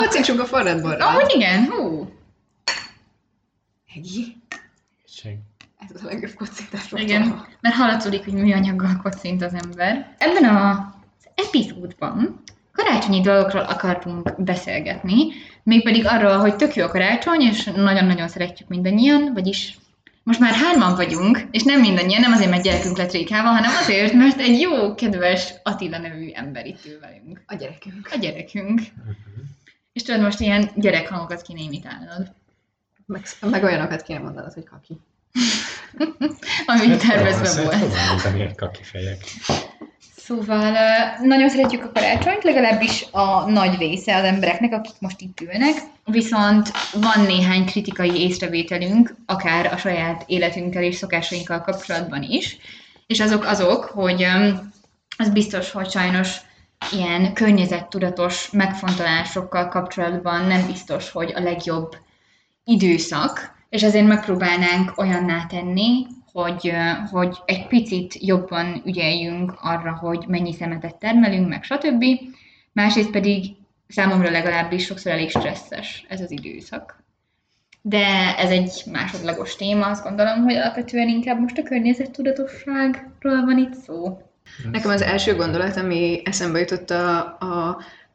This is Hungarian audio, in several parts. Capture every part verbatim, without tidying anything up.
Kocincsunk a forradborral. Amúgy igen, hú. Egi? Ség. Ez a legjobb kocintás. Igen, mert hallatszódik, hogy műanyaggal kocint az ember. Ebben az epizódban karácsonyi dolgokról akartunk beszélgetni, mégpedig arról, hogy tök jó a karácsony, és nagyon-nagyon szeretjük mindannyian, vagyis most már hárman vagyunk, és nem mindannyian, nem azért, mert gyerekünk lett Rékával, hanem azért, mert egy jó, kedves Attila nevű ember itt ül velünk. A gyerekünk. A gyerekünk. Uh-huh. És tudod, most ilyen gyerekhangokat kéne imitálnod. Meg, meg olyanokat kéne mondanod, hogy kaki. Ami tervezve volt. Szóval mondani, hogy kaki fejek. Szóval nagyon szeretjük a karácsonyt, legalábbis a nagy része az embereknek, akik most itt ülnek, viszont van néhány kritikai észrevételünk, akár a saját életünkkel és szokásainkkal kapcsolatban is, és azok azok, hogy az biztos, hogy sajnos ilyen környezettudatos megfontolásokkal kapcsolatban nem biztos, hogy a legjobb időszak, és ezért megpróbálnánk olyanná tenni, hogy, hogy egy picit jobban ügyeljünk arra, hogy mennyi szemetet termelünk, meg stb. Másrészt pedig számomra legalábbis sokszor elég stresszes ez az időszak. De ez egy másodlagos téma, azt gondolom, hogy alapvetően inkább most a környezettudatosságról van itt szó. Nekem az első gondolat, ami eszembe jutott a, a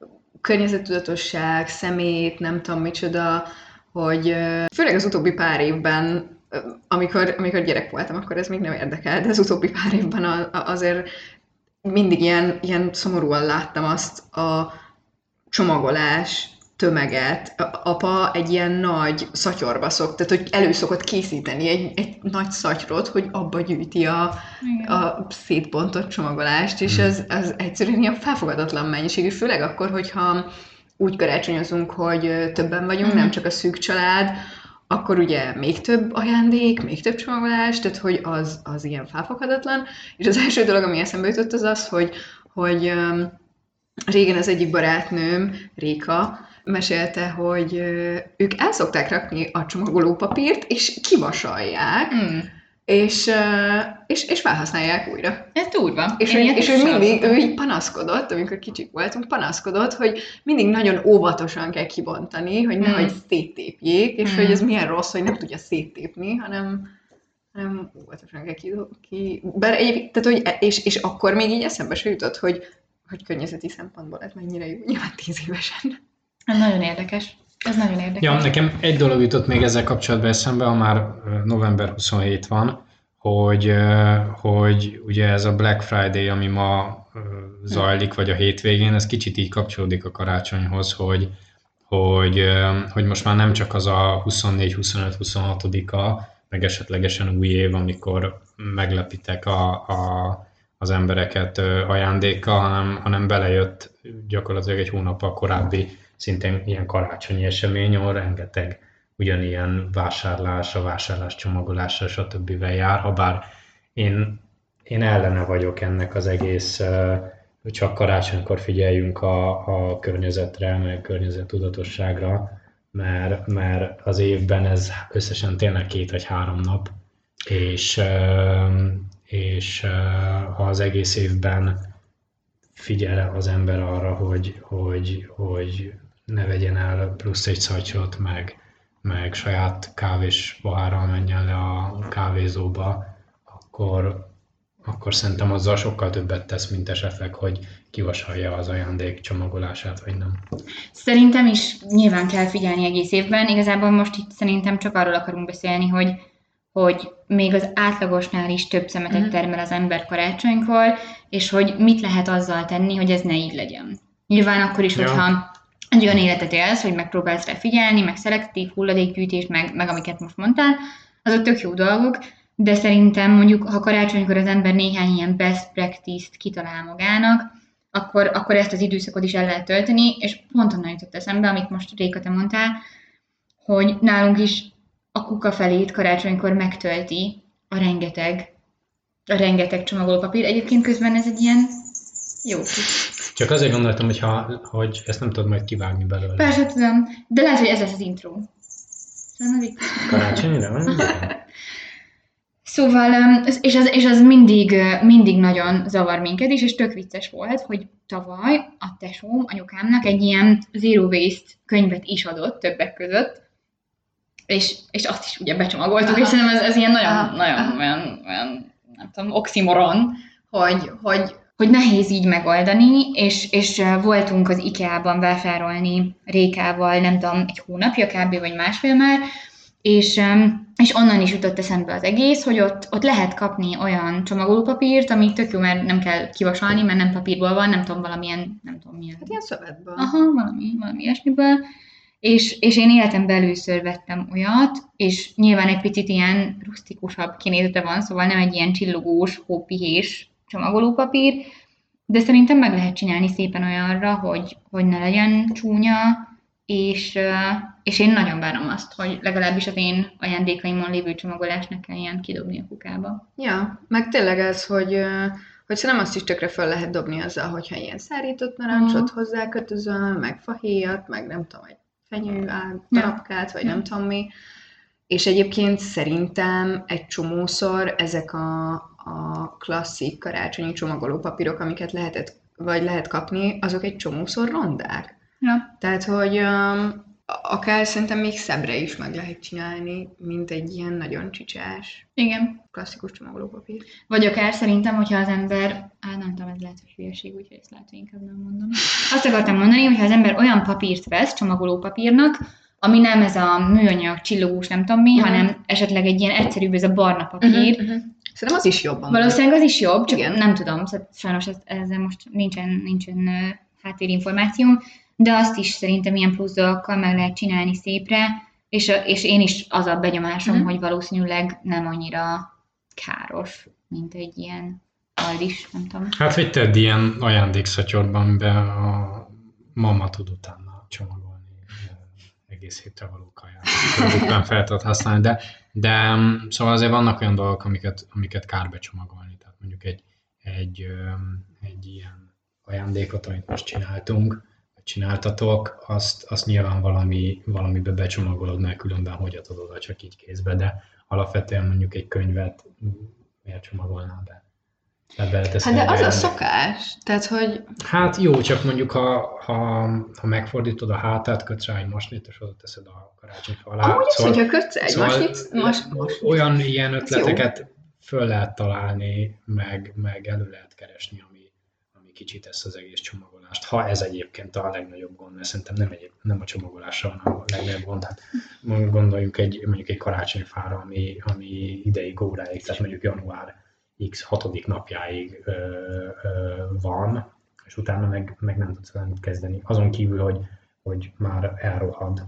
környezettudatosság, szemét, nem tudom micsoda, hogy főleg az utóbbi pár évben, amikor, amikor gyerek voltam, akkor ez még nem érdekel, de az utóbbi pár évben azért mindig ilyen, ilyen szomorúan láttam azt a csomagolás tömeget. Apa egy ilyen nagy szatyorba szokta, tehát hogy elő szokott készíteni egy, egy nagy szatyrot, hogy abba gyűjti a, a szétbontott csomagolást, és ez, az egyszerűen ilyen felfogadatlan mennyiségű, főleg akkor, hogyha úgy karácsonyozunk, hogy többen vagyunk, uh-huh. nem csak a szűk család, akkor ugye még több ajándék, még több csomagolás, tehát hogy az, az ilyen felfoghatatlan. És az első dolog, ami eszembe jutott, az az, hogy, hogy um, régen az egyik barátnőm, Réka, mesélte, hogy uh, ők el szokták rakni a csomagolópapírt, és kivasalják, mm. és, uh, és, és felhasználják újra. Ez durva. És, ő, és ő mindig, ő így panaszkodott, amikor kicsik voltunk, panaszkodott, hogy mindig nagyon óvatosan kell kibontani, hogy nehogy mm. széttépjék, és mm. hogy ez milyen rossz, hogy nem tudja széttépni, hanem, hanem óvatosan kell ki... ki bár egy, tehát, hogy, és, és akkor még így eszembe se jutott, hogy, hogy környezeti szempontból ez mennyire jó, nyilván tíz évesen. Ez nagyon érdekes. Ez nagyon érdekes. Ja, nekem egy dolog jutott még ezzel kapcsolatban eszembe, ha már november huszonhetedike van, hogy, hogy ugye ez a Black Friday, ami ma zajlik, vagy a hétvégén, ez kicsit így kapcsolódik a karácsonyhoz, hogy, hogy, hogy most már nem csak az a huszonnégy, huszonöt, huszonhatodika, meg esetlegesen új év, amikor meglepitek a, a, az embereket ajándékkal, hanem, hanem belejött gyakorlatilag egy hónappal korábbi szintén ilyen karácsonyi esemény, ahol rengeteg ugyanilyen vásárlás, a vásárlás csomagolása, stb. Jár, ha bár én, én ellene vagyok ennek az egész, hogy csak karácsonykor figyeljünk a, a környezetre, meg környezettudatosságra, mert, mert az évben ez összesen tényleg két vagy három nap, és, és ha az egész évben figyel az ember arra, hogy, hogy, hogy ne vegyen el plusz egy szatyrot, meg, meg saját kávés pohárral menjen le a kávézóba, akkor, akkor szerintem azzal sokkal többet tesz, mint esetleg, hogy kivasalja az ajándék csomagolását, vagy nem. Szerintem is nyilván kell figyelni egész évben. Igazából most itt szerintem csak arról akarunk beszélni, hogy, hogy még az átlagosnál is több szemetet termel az ember karácsonykor, és hogy mit lehet azzal tenni, hogy ez ne így legyen. Nyilván akkor is, ja. hogyha egy olyan életet élsz, hogy megpróbálsz rá figyelni, meg szelektív hulladékgyűjtés, meg, meg amiket most mondtál, azok tök jó dolgok, de szerintem mondjuk, ha karácsonykor az ember néhány ilyen best practice-t kitalál magának, akkor, akkor ezt az időszakot is el lehet tölteni, és pont onnan jutott eszembe, amit most Réka, te mondtál, hogy nálunk is a kuka felét karácsonykor megtölti a rengeteg, a rengeteg csomagolópapír. Egyébként közben ez egy ilyen jó kis. Csak azért gondoltam, hogy, ha, hogy ezt nem tudod majd kivágni belőle. Persze tudom, de lehet, hogy ez lesz az intro. Karácsonyra van? Szóval, és az, és az mindig, mindig nagyon zavar minket is, és tök vicces volt, hogy tavaly a tesóm anyukámnak egy ilyen Zero Waste könyvet is adott többek között, és, és azt is ugye becsomagoltuk, aha, és szerintem ez, ez ilyen nagyon, aha, nagyon aha. Olyan, olyan, nem tudom, oximoron, hogy, hogy, hogy nehéz így megoldani, és, és voltunk az IKEA-ban vásárolni Rékával, nem tudom, egy hónapja kb. Vagy másfél már, és, és onnan is jutott eszembe az egész, hogy ott, ott lehet kapni olyan csomagolópapírt, ami tök jó, mert nem kell kivasalni, mert nem papírból van, nem tudom, valamilyen, nem tudom milyen. Hát ilyen szövetből. Aha, valami, valami ilyesmiből. És, és én életemben először vettem olyat, és nyilván egy picit ilyen rusztikusabb kinézete van, szóval nem egy ilyen csillogós, hópihés csomagolópapír, de szerintem meg lehet csinálni szépen olyanra, hogy, hogy ne legyen csúnya, és, és én nagyon várom azt, hogy legalábbis az én ajándékaimon lévő csomagolást ne kelljen kidobni a kukába. Ja, meg tényleg ez, hogy, hogy szerintem azt is tökre föl lehet dobni azzal, hogyha ilyen szárított narancsot hozzákötözöl, meg fahéjat, meg nem tudom, egy fenyő darabkát, vagy ja. nem tudom mi. És egyébként szerintem egy csomószor ezek a, a klasszik karácsonyi csomagolópapírok, amiket lehetett, vagy lehet kapni, azok egy csomószor rondák. Ja. Tehát, hogy um, akár szerintem még szebbre is meg lehet csinálni, mint egy ilyen nagyon csicsás, igen, klasszikus csomagolópapír. Vagy akár szerintem, hogyha az ember, á, nem tudom, ez lehet, hogy hülyeség, úgyhogy ezt lehet, hogy inkább nem mondom. Azt akartam mondani, hogyha az ember olyan papírt vesz, csomagolópapírnak, ami nem ez a műanyag, csillogós, nem tudom mi, uh-huh. hanem esetleg egy ilyen egyszerűbb, ez a barna papír. Uh-huh, uh-huh. Szerintem az is jobb. Valószínűleg az is jobb, csak igen. nem tudom, szóval sajnos ez, ezzel most nincsen, nincsen uh, háttérinformációm, de azt is szerintem ilyen plusz dolgokkal meg lehet csinálni szépre, és, és én is az a benyomásom, uh-huh. hogy valószínűleg nem annyira káros, mint egy ilyen aldis, nem tudom. Hát, hogy tedd ilyen ajándékszatyorban be, a mama tud utána csomagolni egész hétre való kaját, után fel tudod használni, de, de szóval azért vannak olyan dolgok, amiket, amiket kár becsomagolni, tehát mondjuk egy, egy, egy ilyen ajándékot, amit most csináltunk, csináltatok, azt, azt nyilván valami, valamibe becsomagolod, mert különben hogy adod oda csak így kézbe, de alapvetően mondjuk egy könyvet miért csomagolnál be? Hát de az ajándék. A szokás, tehát hogy... Hát jó, csak mondjuk ha, ha, ha megfordítod a hátát, kötsz rá egy masnit, és oda teszed a karácsonyfa alá. Amúgy szóval, az, hogyha kötsz egy szóval masnit, mas, masnit, olyan ilyen ötleteket föl lehet találni, meg, meg elő lehet keresni, ami kicsit ezt az egész csomagolást. Ha ez egyébként a legnagyobb gond, mert szerintem nem, egyéb, nem a csomagolásra van a legnagyobb gond. Hát gondoljunk egy, mondjuk egy karácsonyfára, ami, ami ideig, óráig, tehát mondjuk január x hatodik napjáig ö, ö, van, és utána meg, meg nem tudsz velem kezdeni. Azon kívül, hogy, hogy már elrohad,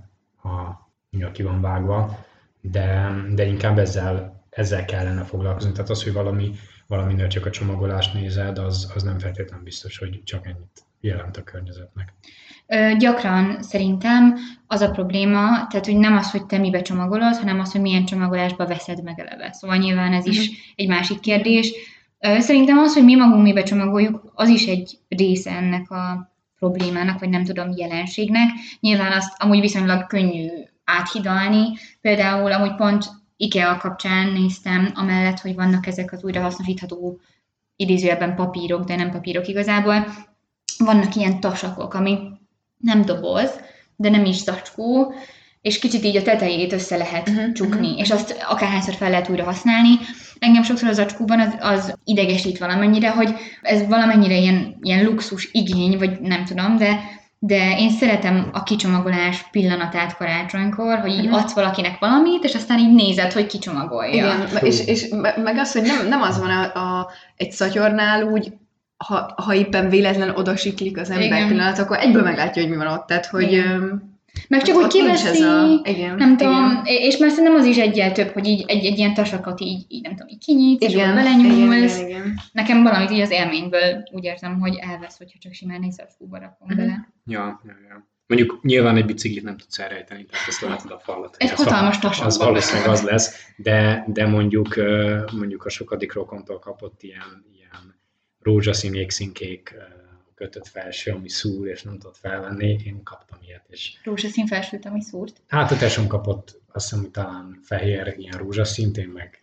ha ki van vágva, de, de inkább ezzel, ezzel kellene foglalkozni. Tehát az, hogy valami valaminél csak a csomagolást nézed, az, az nem feltétlenül biztos, hogy csak ennyit jelent a környezetnek. Ö, gyakran szerintem az a probléma, tehát hogy nem az, hogy te mibe csomagolod, hanem az, hogy milyen csomagolásba veszed meg eleve. Szóval nyilván ez is uh-huh. egy másik kérdés. Ö, szerintem az, hogy mi magunk mibe csomagoljuk, az is egy része ennek a problémának, vagy nem tudom, jelenségnek. Nyilván azt amúgy viszonylag könnyű áthidalni. Például amúgy pont IKEA kapcsán néztem, amellett, hogy vannak ezek az újrahasznosítható idézőjelben papírok, de nem papírok igazából. Vannak ilyen tasakok, ami nem doboz, de nem is zacskó, és kicsit így a tetejét össze lehet uh-huh, csukni, uh-huh. és azt akárhányszor fel lehet újra használni. Engem sokszor a zacskóban az, az idegesít valamennyire, hogy ez valamennyire ilyen, ilyen luxus igény, vagy nem tudom, de de én szeretem a kicsomagolás pillanatát karácsonykor, hogy így uh-huh. adsz valakinek valamit, és aztán így nézed, hogy kicsomagolja. Igen, és, és meg az, hogy nem, nem az van a, a, egy szatyornál úgy, ha, ha éppen véletlen odasiklik az ember igen. pillanat, akkor egyből meglátja, hogy mi van ott. Tehát, hogy... Igen. Meg csak úgy kiveszi, a... igen, nem tudom, igen. és már szerintem az is egyel több, hogy így egy, egy ilyen tasakat így, így nem tudom, így kinyitsz, és akkor belenyúlsz. Igen, igen, igen. Nekem valamit így az élményből úgy érzem, hogy elvesz, hogyha csak simán egy zacskóba rakom uh-huh. bele. Ja, ja, ja. Mondjuk nyilván egy biciklit nem tudsz elrejteni, tehát ezt látod a falat. Egy hatalmas tasak. Az valószínűleg az lesz, de, de mondjuk, mondjuk a sokadik rokontól kapott ilyen, ilyen rózsaszín, jégszínkék kötött felső, ami szúr, és nem tudott felvenni, én kaptam ilyet. És... Rózsaszín felsőt, ami szúrt? Hát a tesóm kapott, azt hiszem, hogy talán fehér, ilyen rózsaszínt, én meg, én meg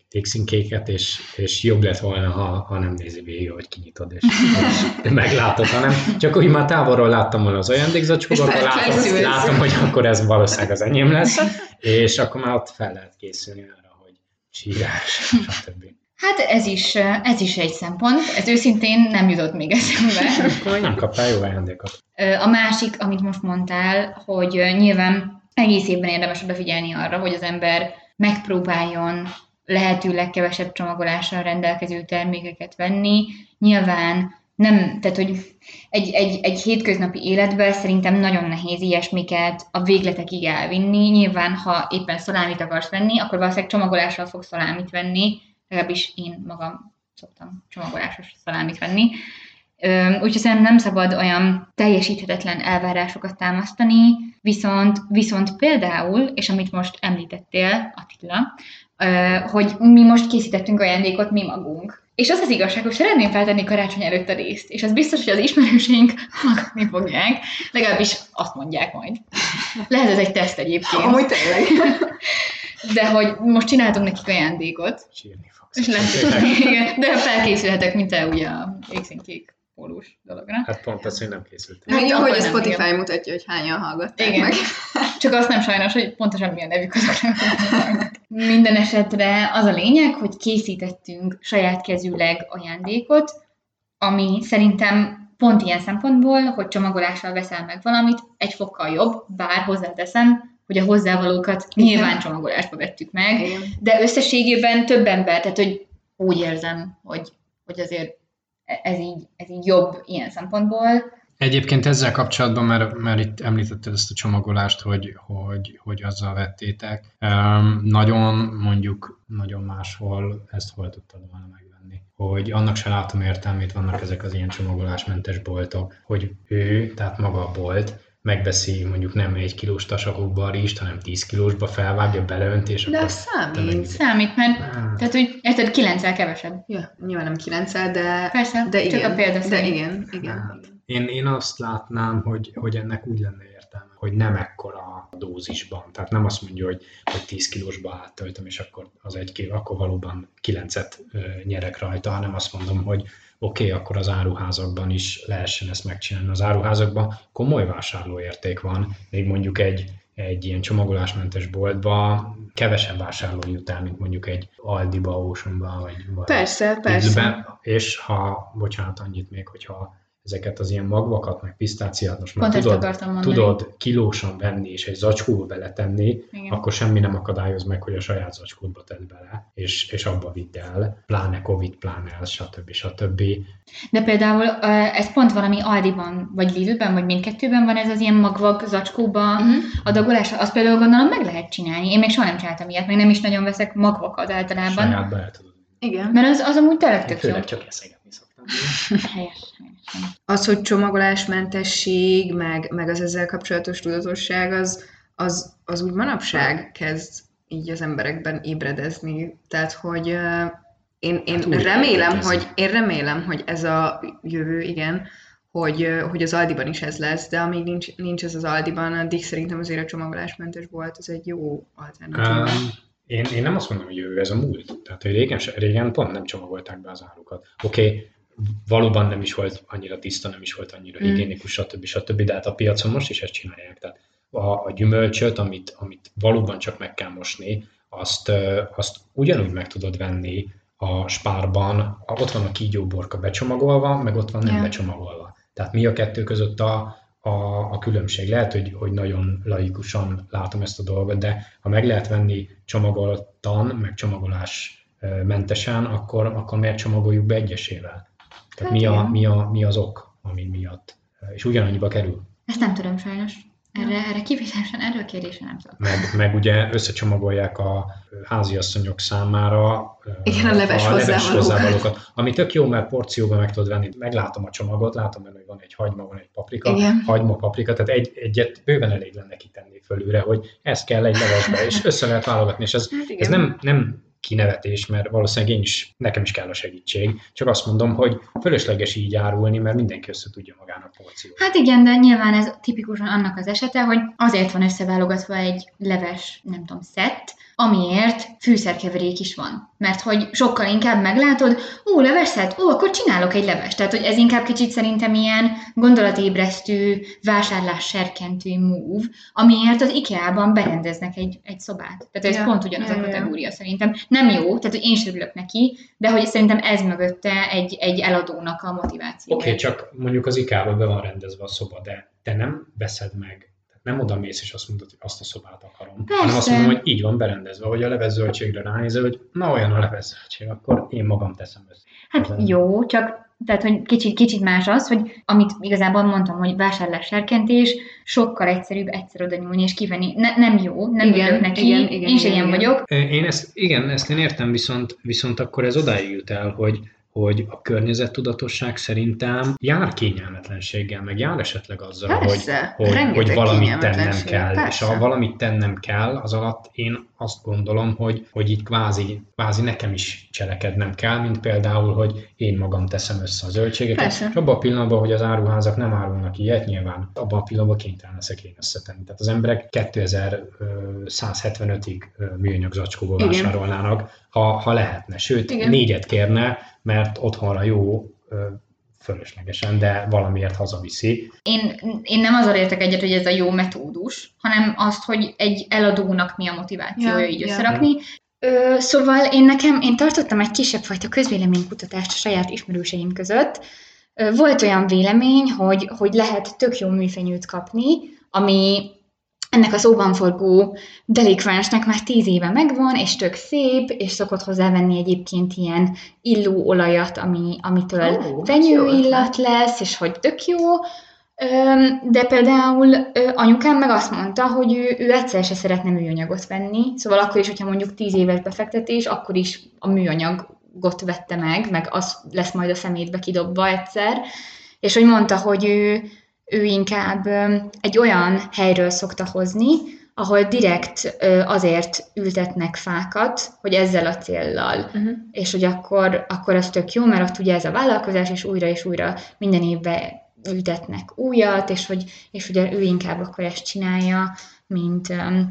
végszínkéket, és, és jobb lett volna, ha, ha nem nézi végig, hogy kinyitod, és, és meglátod, hanem csak úgy már távolról láttam volna az ajándékzacskóba, akkor látom, látom, hogy akkor ez valószínűleg az enyém lesz, és akkor már ott fel lehet készülni arra, hogy sírás, stb. Hát ez is, ez is egy szempont, ez őszintén nem jutott még eszembe. Akkor nem kaptál jó ajándékot. A másik, amit most mondtál, hogy nyilván egész évben érdemes odafigyelni arra, hogy az ember megpróbáljon lehetőleg kevesebb csomagolással rendelkező termékeket venni. Nyilván nem, tehát hogy egy, egy, egy hétköznapi életben szerintem nagyon nehéz ilyesmiket a végletekig elvinni. Nyilván, ha éppen szalámit akarsz venni, akkor valószínűleg csomagolással fogsz szalámit venni, legalábbis én magam szoktam csomagolásos szalámit venni. Úgyhogy szerintem nem szabad olyan teljesíthetetlen elvárásokat támasztani, viszont, viszont például, és amit most említettél, Attila, hogy mi most készítettünk ajándékot mi magunk. És az az igazság, hogy szeretném feltenni karácsony előtt a részt, és az biztos, hogy az ismerőseink hallgatni fogják, legalábbis azt mondják majd. Lehet ez egy teszt egyébként. Amúgy tényleg. De hogy most csináltunk nekik ajándékot. Sírni fogsz. És lehet, igen, de felkészülhetek, mint te ugye a égszínkék pólós dologra. Hát pont az, hogy nem készültem. Hát jó, hogy a nem, Spotify igen. mutatja, hogy hányan hallgatták Igen. meg. Csak azt nem sajnos, hogy pontosan milyen nevük azok nem hallgatnak. Minden esetre az a lényeg, hogy készítettünk saját kezűleg ajándékot, ami szerintem pont ilyen szempontból, hogy csomagolással veszel meg valamit, egy fokkal jobb, bár hozzáteszem, hogy a hozzávalókat nyilván csomagolásba vettük meg, Igen. de összességében több ember, tehát hogy úgy érzem, hogy, hogy azért ez így, ez így jobb ilyen szempontból. Egyébként ezzel kapcsolatban, mert, mert itt említetted ezt a csomagolást, hogy, hogy, hogy azzal vettétek. Um, nagyon, mondjuk, nagyon máshol ezt hol tudtad volna megvenni. Hogy annak se látom értelmét, vannak ezek az ilyen csomagolásmentes boltok, hogy ő, tehát maga a bolt, megveszi mondjuk nem egy kilós tasakokba a rizst, hanem tíz kilósba, felvágja, beleönti, és De akkor... az számít. Számít, mert Ah. tehát, hogy érted, kilenccel kevesebb. Ja, nyilván nem kilenccel, de, Persze, de csak igen. a példa de szerint. igen, igen. Hát, én, én azt látnám, hogy, hogy ennek úgy lenne értelme, hogy nem ekkora dózisban. Tehát nem azt mondja, hogy, hogy tíz kilósba áttöltöm, és akkor az egy kiló, akkor valóban kilencet ö, nyerek rajta, hanem azt mondom, hogy oké, okay, akkor az áruházakban is lehessen ezt megcsinálni. Az áruházakban komoly vásárlóérték van, még mondjuk egy, egy ilyen csomagolásmentes boltba kevesebb vásárló jut el, mint mondjuk egy Aldiba, Oceanba, vagy, vagy Persze, persze. Lidlbe. És ha, bocsánat, annyit még, hogyha ezeket az ilyen magvakat, meg pisztáciát most már Pont ezt tudod, akartam mondani. tudod kilósan venni, és egy zacskóba beletenni, Igen. akkor semmi nem akadályoz meg, hogy a saját zacskódba tedd bele, és, és abba vidd el, pláne Covid, pláne ez, stb. stb. De például ez pont valami Aldiban, vagy Lidlben, vagy mindkettőben van ez az ilyen magvak zacskóba Uh-huh. adagolás, azt például gondolom meg lehet csinálni. Én még soha nem csináltam ilyet, meg nem is nagyon veszek magvakat általában. Sajátba el tudod. Igen. Mert az, az amúgy tényleg Én tök jó. főleg csak eszegetni szoktam. Helyes, helyes. Az, hogy csomagolásmentesség, meg, meg az ezzel kapcsolatos tudatosság, az, az, az úgy manapság kezd így az emberekben ébredezni. Tehát, hogy uh, én, én Hát úgy remélem, érkezni. hogy én remélem, hogy ez a jövő, igen, hogy, uh, hogy az Aldiban is ez lesz, de amíg nincs, nincs ez az Aldiban, addig szerintem azért a csomagolásmentes volt, az egy jó alternatíva. Um, én, én nem azt mondom, hogy jövő, ez a múlt. Tehát, hogy régen, se- régen pont nem csomagolták be az árukat. Oké, okay, valóban nem is volt annyira tiszta, nem is volt annyira Mm. higiénikus, stb. stb. De hát a piacon most is ezt csinálják. Tehát a, a gyümölcsöt, amit, amit valóban csak meg kell mosni, azt, ö, azt ugyanúgy meg tudod venni a Spárban. A- Ott van a kígyóborka becsomagolva, meg ott van nem Ja. becsomagolva. Tehát mi a kettő között a, a, a különbség? Lehet, hogy, hogy nagyon laikusan látom ezt a dolgot, de ha meg lehet venni csomagoltan, meg csomagolás ö, mentesen, akkor, akkor miért csomagoljuk be egyesével? Tehát Hát mi, a, igen. mi, a, mi az ok, ami miatt? És ugyanannyiba kerül. Ezt nem tudom sajnos. Erre, erre kivételesen, erről kérdésre nem tudok. Meg, meg ugye összecsomagolják a háziasszonyok számára Igen, a leves hozzávalókat. hozzávalókat, ami tök jó, mert porcióban meg tudod venni. Meglátom a csomagot, látom benne, hogy van egy hagyma, van egy paprika, Igen. hagyma, paprika, tehát egy, egyet bőven elég lenne kitenni fölülre, hogy ez kell egy levesbe, és össze lehet válogatni, és ez, Hát igen. ez nem, nem kinevetés, mert valószínűleg én is, nekem is kell a segítség. Csak azt mondom, hogy fölösleges így árulni, mert mindenki össze tudja magának porciót. Hát igen, de nyilván ez tipikusan annak az esete, hogy azért van összeválogatva egy leves, nem tudom, szett, amiért fűszerkeverék is van. Mert hogy sokkal inkább meglátod, ó, leveszed, ó, akkor csinálok egy levest. Tehát, hogy ez inkább kicsit szerintem ilyen gondolatébresztő, vásárlás serkentő move, amiért az IKEA-ban berendeznek egy, egy szobát. Tehát ez ja, pont ugyanaz ja, a kategória ja. szerintem. Nem jó, tehát hogy én sem örülök neki, de hogy szerintem ez mögötte egy, egy eladónak a motiváció. Oké, okay, csak mondjuk az IKEA-ban be van rendezve a szoba, de te nem veszed meg. Nem oda mész, és azt mondod, hogy azt a szobát akarom. Persze. Hanem azt mondom, hogy így van berendezve, hogy a levezzöldségre ránézel, hogy na olyan a levezzöldség, akkor én magam teszem össze. Hát ezen. Jó, csak tehát, hogy kicsit, kicsit más az, hogy amit igazából mondtam, hogy vásárlás serkentés, sokkal egyszerűbb egyszer oda nyúlni és kivenni. Ne, nem jó, nem igen, neki, igen, igen, én sem ilyen vagyok. Én ezt, igen, ezt én értem, viszont, viszont akkor ez odáig jut el, hogy hogy a környezettudatosság szerintem jár kényelmetlenséggel, meg jár esetleg azzal, persze, hogy, hogy, hogy valamit tennem kell. Persze. És ha valamit tennem kell, az alatt én azt gondolom, hogy, hogy itt kvázi, kvázi nekem is cselekednem kell, mint például, hogy én magam teszem össze a zöldségeket. Persze. És abban a pillanatban, hogy az áruházak nem árulnak ilyet, nyilván abban a pillanatban kénytelen leszek én összetenni. Tehát az emberek kétezer-százhetvenötig műanyag zacskóba vásárolnának, ha, ha lehetne. Sőt, igen. négyet kérne, mert otthonra jó, fölöslegesen, de valamiért hazaviszi. Én, én nem azzal értek egyet, hogy ez a jó metódus, hanem azt, hogy egy eladónak mi a motivációja ja, így összerakni. Ja. Ö, szóval én nekem, én tartottam egy kisebb fajta közvéleménykutatást a saját ismerőseim között. Ö, volt olyan vélemény, hogy, hogy lehet tök jó műfenyőt kapni, ami ennek a szóban forgó delikvensnek már tíz éve megvan, és tök szép, és szokott hozzávenni egyébként ilyen illóolajat, ami, amitől oh, fenyőillat lesz, és hogy tök jó. De például anyukám meg azt mondta, hogy ő, ő egyszer se szeretne műanyagot venni, szóval akkor is, hogyha mondjuk tíz éves befektetés, akkor is a műanyagot vette meg, meg az lesz majd a szemétbe kidobva egyszer, és hogy mondta, hogy ő ő inkább egy olyan helyről szokta hozni, ahol direkt azért ültetnek fákat, hogy ezzel a céllal. Uh-huh. És hogy akkor, akkor az tök jó, mert ott ugye ez a vállalkozás, és újra és újra minden évben ültetnek újat, és hogy, és hogy ő inkább akkor ezt csinálja, mint,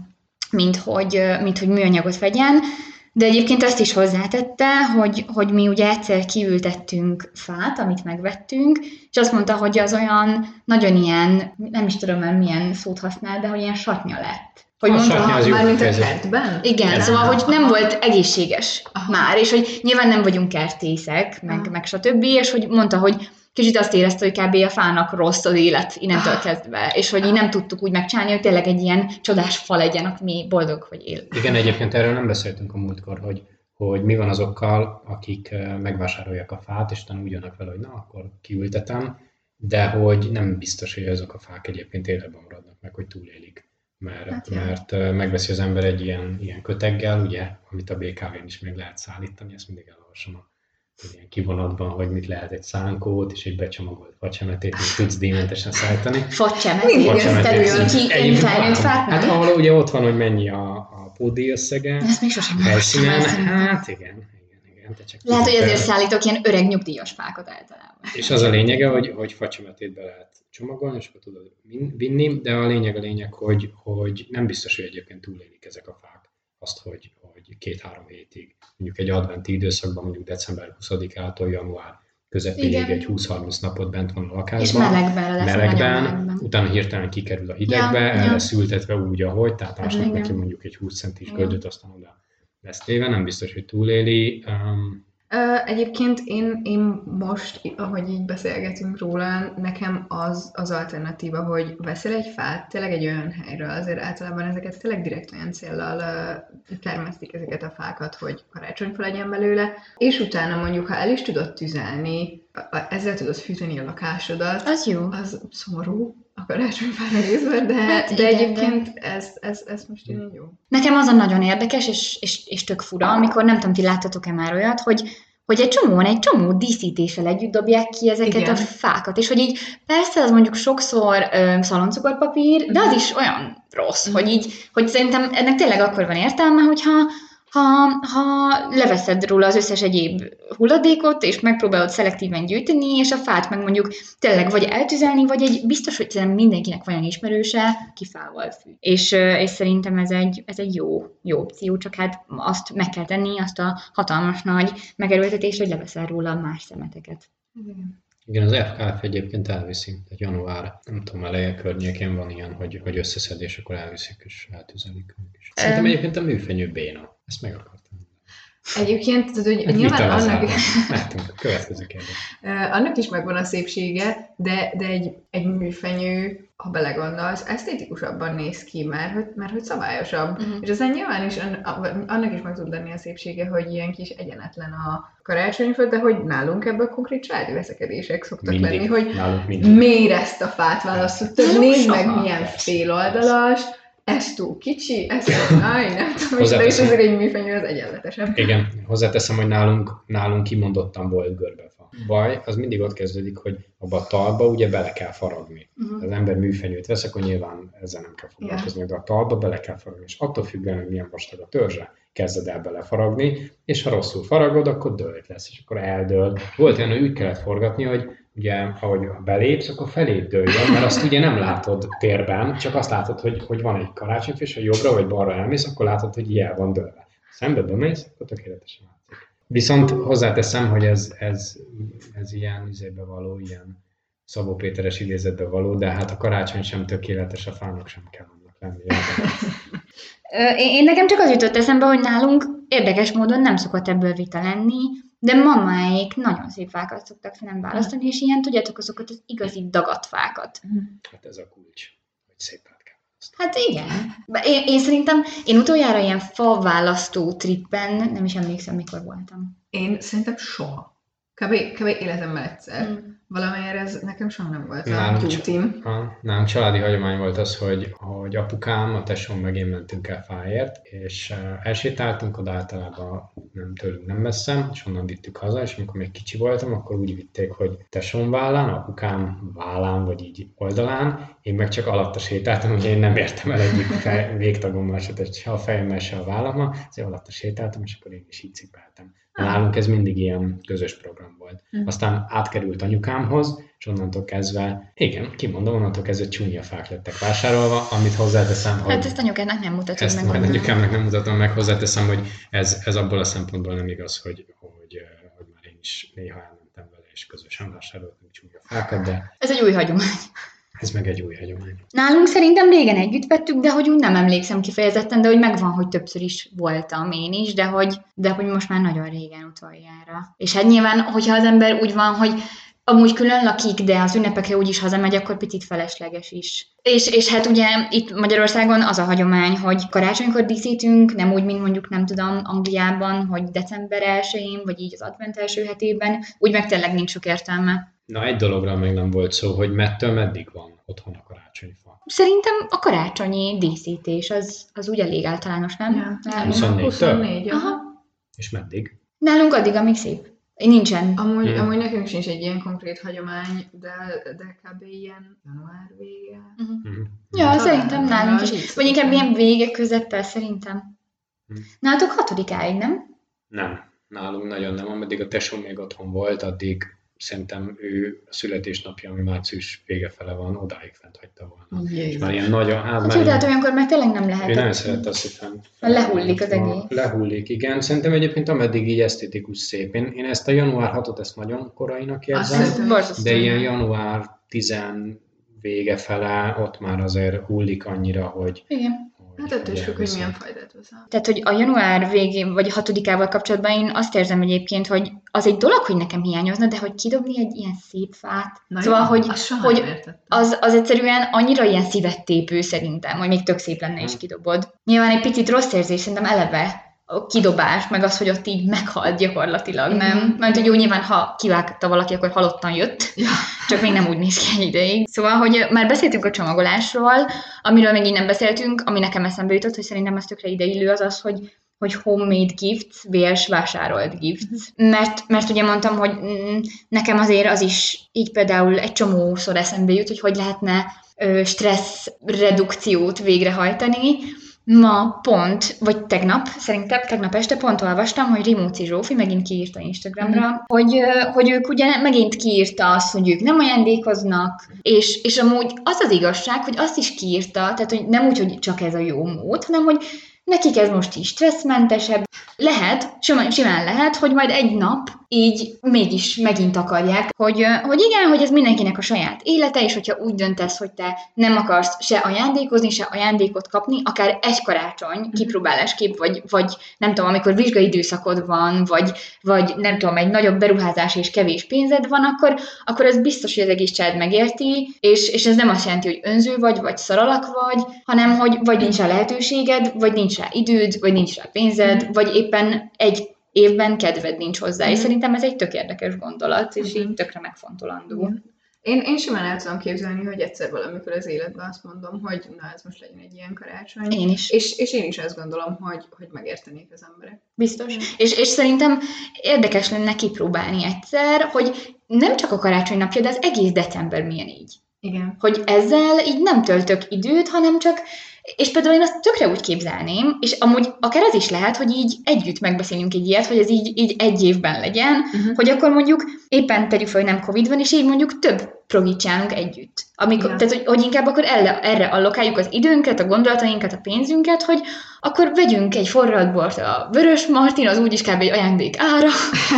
mint, hogy, mint hogy műanyagot vegyen. De egyébként azt is hozzátette, hogy, hogy mi ugye egyszer kiültettünk fát, amit megvettünk, és azt mondta, hogy az olyan nagyon ilyen, nem is tudom már milyen szót használ, de hogy ilyen satnya lett. Hogy a mondta, ha már mint a kertben? Igen, ja, szóval, hogy nem volt egészséges aha. már, és hogy nyilván nem vagyunk kertészek, meg, meg stb., és hogy mondta, hogy kicsit azt érezte, hogy kb. A fának rossz az élet innentől ah. kezdve, és hogy így nem tudtuk úgy megcsinálni, hogy tényleg egy ilyen csodás fa legyen, ami boldog, hogy él. Igen, egyébként erről nem beszéltünk a múltkor, hogy, hogy mi van azokkal, akik megvásárolják a fát, és utána úgy jönnek vele, hogy na, akkor kiültetem, de hogy nem biztos, hogy azok a fák egyébként életben maradnak meg, hogy túlélik. Mert, hát mert megveszi az ember egy ilyen, ilyen köteggel, ugye, amit a bé ká vén is még lehet szállítani, ezt mindig elolvasom a ilyen kivonatban, hogy mit lehet egy szánkót és egy becsomagolt facsemetét, még tudsz díjmentesen szállítani. Facsemetét? Facsemetét. Hát ahol ugye ott van, hogy mennyi a, a pótdíj összege. Ezt még sosem helyszínen. Hát igen, igen, igen. Te csak lehet, hogy ezért szállítok ilyen öreg nyugdíjas fákat általában. És az a lényege, hogy, hogy facsemetét be lehet csomagolni, és akkor tudod vinni, de a lényeg a lényeg, hogy, hogy nem biztos, hogy egyébként túlélik ezek a fák azt, hogy, hogy két-három hétig, mondjuk egy adventi időszakban, mondjuk december huszadikától január közepéig igen. egy húsz-harminc napot bent van a lakásban. És melegben lesz. Melegben, melegben. Utána hirtelen kikerül a hidegbe, ja, el ja. lesz ültetve úgy, ahogy, tehát ásnak neki mondjuk egy húsz centis göldöt, aztán oda lesz téve, nem biztos, hogy túléli. Um, Uh, egyébként én, én most, ahogy így beszélgetünk róla, nekem az az alternatíva, hogy veszel egy fát, tényleg egy olyan helyről, azért általában ezeket tényleg direkt olyan céllal uh, termesztik ezeket a fákat, hogy karácsonyfa legyen belőle, és utána mondjuk, ha el is tudod tüzelni, ezzel tudod fűteni a lakásodat. Az jó. Az szomorú a karácsonyfára nézve, de, hát de igen, egyébként de... Ez, ez, ez most így jó. Nekem az a nagyon érdekes, és, és, és tök fura, amikor nem tudom, ti láttatok-e már olyat, hogy hogy egy csomóan, egy csomó díszítéssel együtt dobják ki ezeket igen. a fákat, és hogy így persze az mondjuk sokszor ö, szaloncukorpapír, de az is olyan rossz, mm. hogy így, hogy szerintem ennek tényleg akkor van értelme, hogyha Ha, ha leveszed róla az összes egyéb hulladékot, és megpróbálod szelektíven gyűjteni, és a fát meg mondjuk tényleg vagy eltüzelni, vagy egy biztos, hogy szerintem mindenkinek van olyan ismerőse, ki fával fűt. És, és szerintem ez egy, ez egy jó, jó opció, csak hát azt meg kell tenni, azt a hatalmas nagy megerőltetést, hogy leveszel róla más szemeteket. Igen, az ef ká ef egyébként elviszi, tehát január, nem tudom, eleje környékén van ilyen, hogy, hogy összeszedés, akkor elviszik és eltüzelik. Szerintem um, egyébként a műfenyő béna. Ezt meg akartam. Egyébként, tudod, hogy nyilván annak... Látunk, következő kérdés. Annak is megvan a szépsége, de, de egy, egy műfenyő, ha belegondolsz, esztétikusabban néz ki, mert hogy, mert hogy szabályosabb. Uh-huh. És aztán nyilván is annak is meg tud lenni a szépsége, hogy ilyen kis egyenetlen a karácsonyfa, de hogy nálunk ebből konkrét családi veszekedések szoktak mindig lenni, hogy miért ezt a fát választottad, nézd meg milyen féloldalas, ez túl kicsi, ez túl, áj, nem tudom, és azért egy műfenyő az egyenletesebb. Igen, hozzáteszem, hogy nálunk, nálunk kimondottan volt görbefa. Baj, az mindig ott kezdődik, hogy abba a talba ugye bele kell faragni. Uh-huh. Az ember műfenyőt vesz, akkor nyilván ezzel nem kell foglalkozni, yeah. de a talba bele kell faragni, és attól függően, hogy milyen vastag a törzse, kezded el belefaragni, és ha rosszul faragod, akkor dőlt lesz, és akkor eldől. Volt olyan, hogy úgy kellett forgatni, hogy ugye, ahogy belépsz, akkor felét dőljön, mert azt ugye nem látod térben, csak azt látod, hogy, hogy van egy karácsonyfa, és ha jobbra vagy balra elmész, akkor látod, hogy jel van dőlve. Szembe bemész, akkor tökéletesen látszik. Viszont hozzáteszem, hogy ez, ez, ez ilyen izébe való, ilyen Szabó Péteres idézetbe való, de hát a karácsony sem tökéletes, a fának sem kell annak lennie. Én, én nekem csak az jutott eszembe, hogy nálunk érdekes módon nem szokott ebből vita lenni, de mamáik nagyon szép fákat szoktak nem választani, és ilyen, tudjátok, azokat az igazi dagadt fákat. Hát ez a kulcs, hogy szép fát kell választani. Hát igen. Én, én szerintem, én utoljára ilyen fa választó trippen, nem is emlékszem, mikor voltam. Én szerintem soha. Kb. Kb. Életemben egyszer. Mm. Valamelyre ez nekem soha nem volt a gyújtim. Nálunk családi hagyomány volt az, hogy, hogy apukám, a tesóm meg én mentünk el fáért, és uh, elsétáltunk oda általában nem tőlünk nem messze, és onnan vittük haza, és amikor még kicsi voltam, akkor úgy vitték, hogy tesóm vállán, apukám vállán, vagy így oldalán, én meg csak alatta sétáltam, ugye én nem értem el egyik fej, végtagommal se a fejemmel, se a vállammal, azért alatta sétáltam, és akkor én is így cipeltem. Nálunk ez mindig ilyen közös program volt. Aztán átkerült anyukámhoz, és onnantól kezdve, igen, kimondom, onnantól kezdve csúnya fák lettek vásárolva, amit hozzáteszem, hogy... Hát ezt anyukának nem mutatod ezt meg. Ezt majd anyukámnak nem mutatom meg, hozzáteszem, hogy ez, ez abból a szempontból nem igaz, hogy, hogy, hogy már én is néha elmentem vele, és közösen vásároltunk csúnya fákat, de... Ez egy új hagyomány. Ez meg egy új hagyomány. Nálunk szerintem régen együtt vettük, de hogy úgy nem emlékszem kifejezetten, de hogy megvan, hogy többször is voltam én is, de hogy, de hogy most már nagyon régen utoljára. És hát nyilván, hogyha az ember úgy van, hogy amúgy külön lakik, de az ünnepekre úgyis hazamegy, akkor picit felesleges is. És, és hát ugye itt Magyarországon az a hagyomány, hogy karácsonykor díszítünk, nem úgy, mint mondjuk nem tudom Angliában, hogy december elsején, vagy így az advent első hetében, úgy meg tényleg nincs sok értelme. Na, egy dologra még nem volt szó, hogy mettől meddig van otthon a karácsonyfa? Szerintem a karácsonyi díszítés az, az úgy elég általános, nem? Ja. huszonnégy. Aha. És meddig? Nálunk addig, amíg szép. Nincs. Amúgy, hmm. amúgy nekünk sincs egy ilyen konkrét hagyomány, de, de kb. Ilyen január vége. Uh-huh. Hmm. Ja, talán szerintem nálunk is. Vagy inkább ilyen vége közeppel szerintem. Hmm. Nálatok hatodikáig, nem? Nem. Nálunk nagyon nem. Ameddig a tesóm még otthon volt, addig szerintem ő a születésnapja, ami március vége fele van, odáig fent hagyta volna. Jézus. És már ilyen nagyon... Hát, hát jó, tehát olyankor már tényleg nem lehet. Ő nem szerette azt, hogy fent... Lehullik az egész. Lehullik, igen. Szerintem egyébként ameddig így esztétikus szép. Én, én ezt a január hatodikát ezt nagyon korainak érzem, de ilyen január tízes vége fele ott már azért hullik annyira, hogy... Igen. Hát ettől is függ, hogy milyen fajdát veszel. Tehát, hogy a január végén, vagy a hatodikával kapcsolatban én azt érzem egyébként, hogy az egy dolog, hogy nekem hiányozna, de hogy kidobni egy ilyen szép fát. Na szóval, jó, hogy, hogy az, az egyszerűen annyira ilyen szívettépő szerintem, hogy még tök szép lenne és kidobod. Nyilván egy picit rossz érzés, szerintem eleve a kidobás, meg az, hogy ott így meghalt gyakorlatilag, nem? Mm-hmm. Mert hogy jó, nyilván, ha kivágta valaki, akkor halottan jött, ja. Csak még nem úgy néz ki egy ideig. Szóval, hogy már beszéltünk a csomagolásról, amiről még így nem beszéltünk, ami nekem eszembe jutott, hogy szerintem ez tökre ideillő az az, hogy hogy homemade gifts, versus vásárolt gifts. Mert, mert ugye mondtam, hogy mm, nekem azért az is így például egy csomószor eszembe jut, hogy hogy lehetne ö, stressz redukciót végrehajtani, Ma pont, vagy tegnap, szerintem tegnap este pont olvastam, hogy Rimóci Zsófi megint kiírta Instagramra, mm. hogy, hogy ők ugye megint kiírta azt, hogy ők nem ajándékoznak, és, és amúgy az az igazság, hogy azt is kiírta, tehát hogy nem úgy, hogy csak ez a jó mód, hanem hogy nekik ez most is stresszmentesebb. Lehet, simán lehet, hogy majd egy nap így mégis megint akarják, hogy, hogy igen, hogy ez mindenkinek a saját élete, és hogyha úgy döntesz, hogy te nem akarsz se ajándékozni, se ajándékot kapni, akár egy karácsony kipróbálásképp, vagy, vagy nem tudom, amikor vizsgai időszakod van, vagy, vagy nem tudom, egy nagyobb beruházás és kevés pénzed van, akkor, akkor ez biztos, hogy az egész család megérti, és, és ez nem azt jelenti, hogy önző vagy, vagy szaralak vagy, hanem hogy vagy nincs rá lehetőséged, vagy nincs rá időd, vagy nincs rá pénzed, mm. vagy éppen egy évben kedved nincs hozzá, mm. és szerintem ez egy tök érdekes gondolat, és mm. így tökre megfontolandó. Mm. Én, én simán el tudom képzelni, hogy egyszer valamikor az életben azt mondom, hogy na ez most legyen egy ilyen karácsony. Én is. És, és én is azt gondolom, hogy, hogy megértenék az emberek. Biztos. Mm. És, és szerintem érdekes lenne kipróbálni egyszer, hogy nem csak a karácsony napja, de az egész december milyen így. Igen. Hogy ezzel így nem töltök időt, hanem csak, és például én azt tökre úgy képzelném, és amúgy akár az is lehet, hogy így együtt megbeszélünk egy ilyet, hogy ez így, így egy évben legyen, uh-huh. hogy akkor mondjuk éppen tegyük fel, hogy nem Covid van, és így mondjuk több progit csinálunk együtt. Amikor, yeah. Tehát, hogy, hogy inkább akkor erre, erre allokáljuk az időnket, a gondolatainkat, a pénzünket, hogy akkor vegyünk egy forralt bort a Vörös Martin, az úgyis kb. Egy ajándék ára,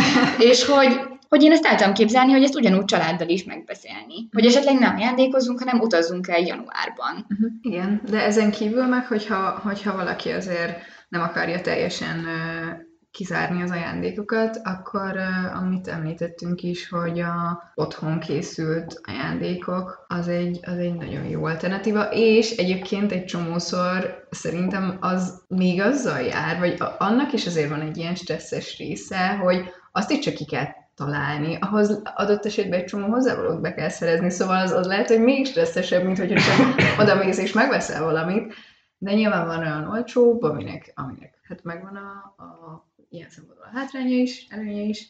és hogy hogy én ezt el tudom képzelni, hogy ezt ugyanúgy családdal is megbeszélni. Hogy esetleg nem ajándékozunk, hanem utazzunk el januárban. Uh-huh. Igen, de ezen kívül meg, hogyha, hogyha valaki azért nem akarja teljesen uh, kizárni az ajándékokat, akkor uh, amit említettünk is, hogy a otthon készült ajándékok, az egy, az egy nagyon jó alternatíva, és egyébként egy csomószor szerintem az még azzal jár, vagy annak is azért van egy ilyen stresszes része, hogy azt is csak ki kell találni, ahhoz adott esetben egy csomó hozzávalót be kell szerezni, szóval az, az lehet, hogy még stresszesebb, mint hogyha csak odamész és megveszel valamit, de nyilván van olyan olcsóbb, aminek, aminek hát megvan a, a ilyen szempontból a hátránya is, előnye is,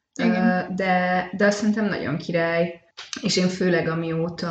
uh, de, de azt szerintem nagyon király, és én főleg amióta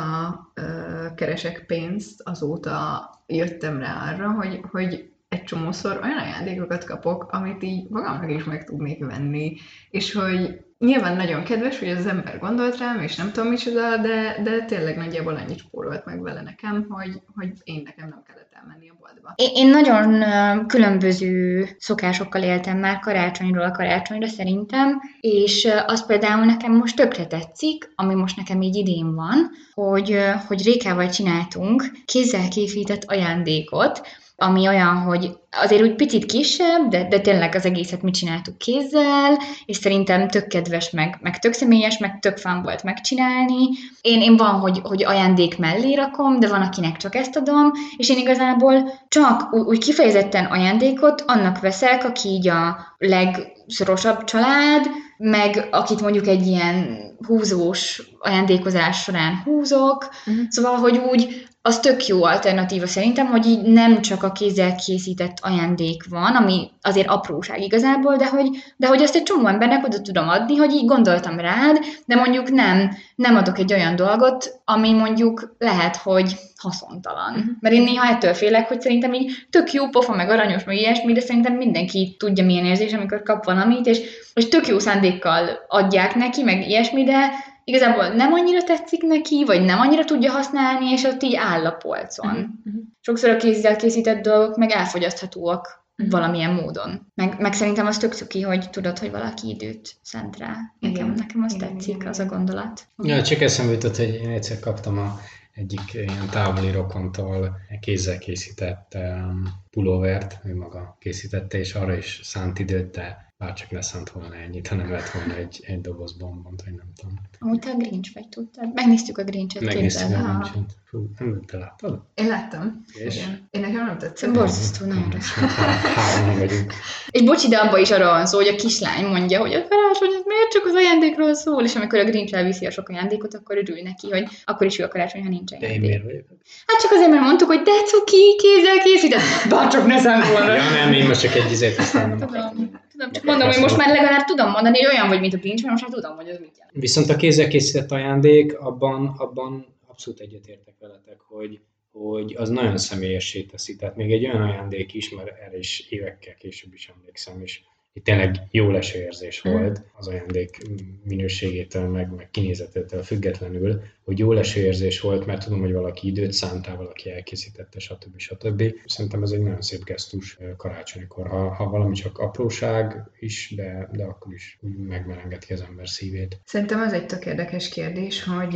uh, keresek pénzt, azóta jöttem rá arra, hogy, hogy egy csomószor olyan ajándékokat kapok, amit így magamnak is meg tudnék venni, és hogy nyilván nagyon kedves, hogy az ember gondolt rám, és nem tudom micsoda, de, de tényleg nagyjából annyit spórolt meg vele nekem, hogy, hogy én nekem nem kellett elmenni a boltba. Én nagyon különböző szokásokkal éltem már karácsonyról a karácsonyra szerintem, és az például nekem most tökre tetszik, ami most nekem így idén van, hogy, hogy Rékával csináltunk kézzel készített ajándékot, ami olyan, hogy azért úgy picit kisebb, de, de tényleg az egészet mi csináltuk kézzel, és szerintem tök kedves, meg, meg tök személyes, meg tök fun volt megcsinálni. Én, én van, hogy, hogy ajándék mellé rakom, de van, akinek csak ezt adom, és én igazából csak úgy kifejezetten ajándékot annak veszek, aki így a legszorosabb család, meg akit mondjuk egy ilyen húzós ajándékozás során húzok, uh-huh. Szóval, hogy úgy az tök jó alternatíva szerintem, hogy így nem csak a kézzel készített ajándék van, ami azért apróság igazából, de hogy, de hogy azt egy csomó embernek oda tudom adni, hogy így gondoltam rád, de mondjuk nem, nem adok egy olyan dolgot, ami mondjuk lehet, hogy haszontalan. Uh-huh. Mert én néha ettől félek, hogy szerintem így tök jó pofa, meg aranyos, meg ilyesmi, de szerintem mindenki tudja, milyen érzés, amikor kap valamit, és, és tök jó szándékkal adják neki, meg ilyesmi, de igazából nem annyira tetszik neki, vagy nem annyira tudja használni, és ott így áll a polcon. Uh-huh. Sokszor a kézzel készített dolgok meg elfogyaszthatóak uh-huh. valamilyen módon. Meg, meg szerintem az tök cuki, hogy tudod, hogy valaki időt szent rá. Nekem, igen. nekem az igen, tetszik, igen, az igen. a gondolat. Ja, csak eszembe jutott, hogy én egyszer kaptam a egyik ilyen távoli rokontól kézzel készített um, pulóvert, ő maga készítette, és arra is szánt időt, de bárcsak ne szánt volna ennyit, hanem vett volna egy, egy doboz bombont, vagy nem tudom. Amúgy te a Grinch vagy, tudtad? Megnéztük a Grinchet, Megnéztük a Grinchet. Fú, nem, te láttad? Én láttam. És? Igen. Én nekem nem tetszett. Borzasztó, nagyon rossz. Hárman vagyunk. És bocsi, de abban is arra van szó, hogy a kislány mondja, hogy a karácsony, ez miért csak az ajándékról szól, és amikor a Grinch elviszi a sok ajándékot, akkor örül neki, hogy akkor is jó a karácsony, ha nincs ajándék. De én miért vagyok? Hát csak azért, mert mondtuk, hogy de cuki, kézzel készített, bárcsak ne szánt volna. Ja nem, én most csak egy izét aztán nem tudom. Tudom, csak mondom, hogy most már legalább tudom mondani, hogy olyan vagy, mint a Grinch, mert most már tudom, hogy az mit jelent. Viszont a kézzel készített ajándék, abban, abban abszolút egyetértek veletek, hogy, hogy az nagyon személyessé teszi. Tehát még egy olyan ajándék is, mert erre is évekkel később is emlékszem, és itt tényleg jó leső érzés volt az ajándék minőségétől, meg, meg kinézetétől függetlenül, hogy jó leső érzés volt, mert tudom, hogy valaki időt szántál, valaki elkészítette, stb. stb. Szerintem ez egy nagyon szép gesztus karácsonykor, ha, ha valami csak apróság is, de, de akkor is úgy megmerengeti az ember szívét. Szerintem ez egy tök érdekes kérdés, hogy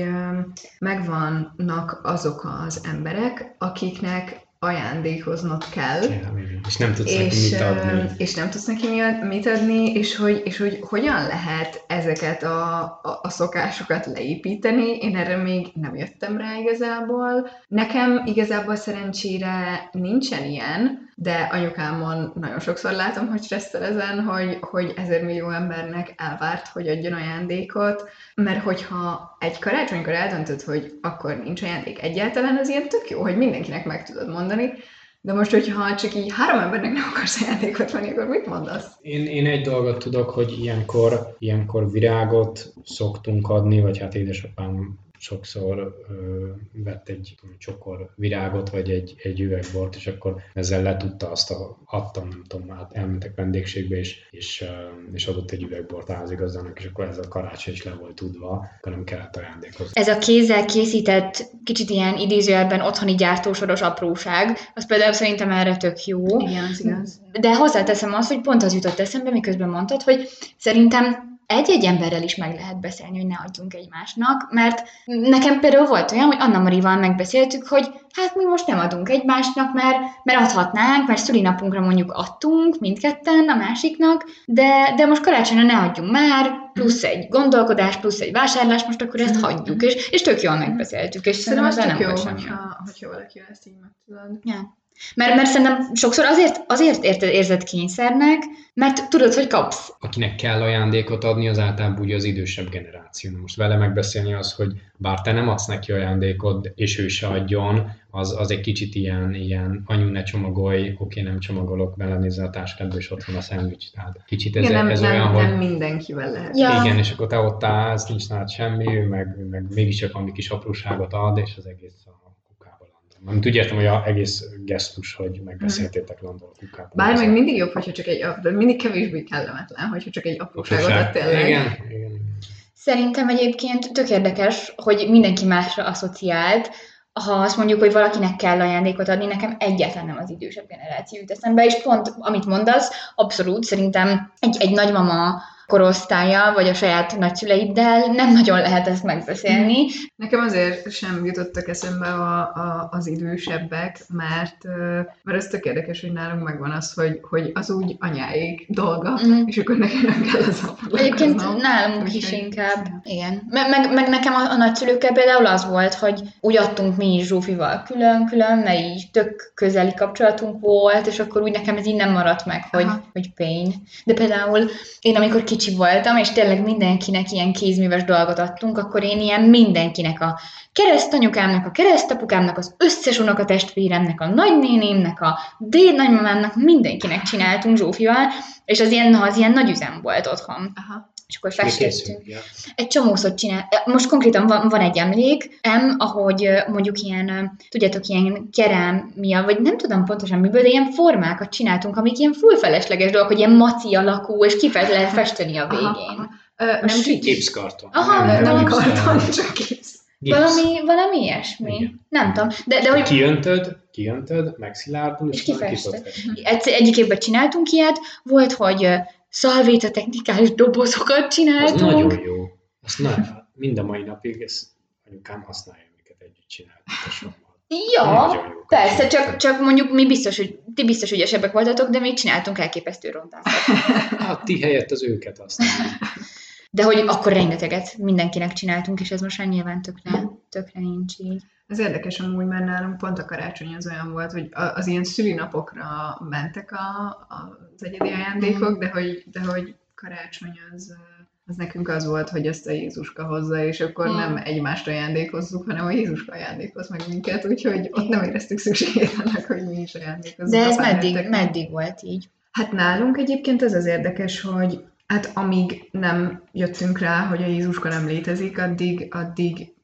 megvannak azok az emberek, akiknek ajándékoznod kell. Ja, és nem tudsz és, neki mit adni. És nem tudsz neki mit adni, és hogy, és hogy hogyan lehet ezeket a, a, a szokásokat leépíteni. Én erre még nem jöttem rá igazából. Nekem igazából szerencsére nincsen ilyen, de anyukámon nagyon sokszor látom, hogy stresszel ezen, hogy, hogy ezer millió embernek elvárt, hogy adjon ajándékot, mert hogyha egy karácsonykor eldöntöd, hogy akkor nincs ajándék egyáltalán, az ilyen tök jó, hogy mindenkinek meg tudod mondani, de most, hogyha csak így három embernek nem akarsz ajándékot venni, akkor mit mondasz? Én, én egy dolgot tudok, hogy ilyenkor, ilyenkor virágot szoktunk adni, vagy hát édesapám sokszor ö, vett egy tudom, csokor virágot, vagy egy, egy üvegbort, és akkor ezzel letudta azt, a, adtam, nem tudom, hát elmentek vendégségbe, és, és, ö, és adott egy üvegbort házigazdának, és akkor ez a karácsony is le volt tudva, akkor nem kellett ajándékozni. Ez a kézzel készített, kicsit ilyen idézőjelben otthoni gyártósoros apróság, az például szerintem erre tök jó. Igen, az igaz. De hozzáteszem azt, hogy pont az jutott eszembe, miközben mondtad, hogy szerintem egy-egy emberrel is meg lehet beszélni, hogy ne adjunk egymásnak, mert nekem például volt olyan, hogy Anna Marival megbeszéltük, hogy hát mi most nem adunk egymásnak, mert, mert adhatnánk, mert szülinapunkra mondjuk adtunk mindketten a másiknak, de, de most karácsonyra ne adjunk már, plusz egy gondolkodás, plusz egy vásárlás, most akkor ezt hagyjuk, és, és tök jól megbeszéltük, és szerintem az szerintem tök nem jó, volt semmi. hogyha, hogyha valaki ezt így meg tudod. Ja. Mert, mert szerintem sokszor azért, azért érted, érzed kényszernek, mert tudod, hogy kapsz. Akinek kell ajándékot adni, az általában ugye az idősebb generáció. Most vele megbeszélni az, hogy bár te nem adsz neki ajándékot, és ő se adjon, az, az egy kicsit ilyen, ilyen anyu ne csomagolj, oké, nem csomagolok, belenézze a táskádba, és ott van a szendvics. Tehát kicsit ez, igen, nem, ez nem, olyan, nem hogy... mindenkivel lehet. Ja. Igen, és akkor te ott állsz, nincs nálad semmi, ő meg, meg mégiscsak valami kis apróságot ad, és az egész a kukába landol. Nem úgy értem, hogy az egész gesztus, hogy megbeszéltétek, landol a kukába. Bár még mindig jobb, hogyha csak egy, de mindig kevésbé kellemetlen, hogyha csak egy apróságot ad tényleg. Igen, igen. Szerintem egyébként tök érdekes, hogy mindenki másra asszociált. Ha azt mondjuk, hogy valakinek kell ajándékot adni, nekem egyáltalán nem az idősebb generáció jut eszembe, és pont amit mondasz, abszolút szerintem egy, egy nagymama korosztálya, vagy a saját nagyszüleiddel nem nagyon lehet ezt megbeszélni. Nekem azért sem jutottak eszembe a, a, az idősebbek, mert, mert ez tök érdekes, hogy nálunk megvan az, hogy, hogy az úgy anyáik dolga, mm. és akkor nekem nem kell az a Egyébként nálunk is inkább. Igen. Meg, meg, meg nekem a, a nagyszülőkkel például az volt, hogy úgy adtunk mi is Zsófival külön-külön, mert így tök közeli kapcsolatunk volt, és akkor úgy nekem ez így nem maradt meg, hogy, hogy pain. De például én amikor kicsi voltam, és tényleg mindenkinek ilyen kézműves dolgot adtunk, akkor én ilyen mindenkinek, a keresztanyukámnak, a keresztapukámnak, az összes unokatestvéremnek, a nagynénémnek, a dédnagymamámnak, mindenkinek csináltunk Zsófival, és az ilyen, az ilyen nagy üzem volt otthon. Aha. És akkor festettünk. Ja. Egy csomószor csinál. Most konkrétan van, van egy emlék, em, ahogy mondjuk ilyen, tudjátok, ilyen kerámia, vagy nem tudom pontosan miből, de ilyen formákat csináltunk, amik ilyen full felesleges dolgok, hogy ilyen maci alakú, és ki lehet festeni a végén. Aha, aha. Ö, nem gipszkarton. Aha, nem, nem karton, csak gipsz. Valami, valami ilyesmi. Igen. Nem tudom. De, de hogy... Kiöntöd, kiöntöd, megszilárdul, és, és kifested. Egy, egyik évben csináltunk ilyet, volt, hogy szalvéta technikális dobozokat csináltunk. Az nagyon jó. Azt nem, mind a mai napig ezt anyukám használja, amiket együtt csináltunk. Ja, persze, csak, csak mondjuk mi biztos, hogy ti biztos ügyesebbek voltatok, de még csináltunk elképesztő rondákat. Hát ti helyett az őket használjuk. De hogy akkor rengeteget mindenkinek csináltunk, és ez most már nyilván tökre, tökre nincs így. Ez érdekes amúgy, mert nálunk pont a karácsony az olyan volt, hogy az ilyen szülinapokra mentek a, az egyedi ajándékok, de hogy, de hogy karácsony az, az nekünk az volt, hogy ezt a Jézuska hozza, és akkor hmm. nem egymást ajándékozzuk, hanem a Jézuska ajándékoz meg minket, úgyhogy ott nem éreztük szükségét annak, hogy mi is ajándékozzuk. De ez meddig, meddig volt így? Hát nálunk egyébként ez az érdekes, hogy hát amíg nem jöttünk rá, hogy a Jézuska nem létezik, addig, addig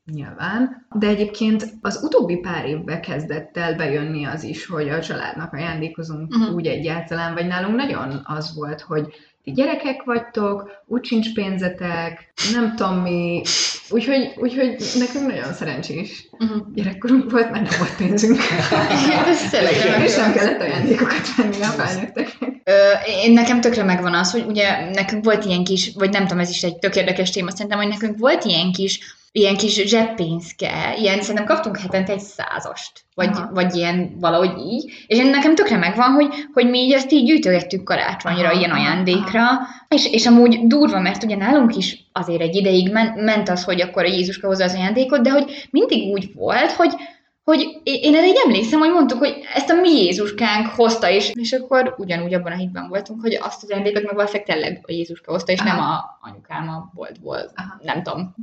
nyilván, de egyébként az utóbbi pár évben kezdett el bejönni az is, hogy a családnak ajándékozunk uh-huh. úgy egyáltalán, vagy nálunk nagyon az volt, hogy ti gyerekek vagytok, úgy sincs pénzetek, nem tudom mi, úgyhogy, úgyhogy nekünk nagyon szerencsés uh-huh. gyerekkorunk volt, mert nem volt pénzünk. És nem kellett ajándékokat venni a felnőtteknek. Én nekem tökre megvan az, hogy ugye nekünk volt ilyen kis, vagy nem tudom, ez is egy tök érdekes téma, szerintem, hogy nekünk volt ilyen kis ilyen kis zseppénzke, ilyen szerintem kaptunk hetente egy százast, vagy, vagy ilyen valahogy így, és nekem tökre megvan, hogy, hogy mi így ezt így gyűjtögettük karácsonyra, aha, ilyen ajándékra, és, és amúgy durva, mert ugye nálunk is azért egy ideig men, ment az, hogy akkor a Jézuska hozza az ajándékot, de hogy mindig úgy volt, hogy hogy én erre így emlékszem, hogy mondtuk, hogy ezt a mi Jézuskánk hozta, és, és akkor ugyanúgy abban a hitben voltunk, hogy azt az ajándékot meg valószínűleg tényleg a Jézuska hozta, és aha. nem a anyukám a boltból, aha. nem tudom.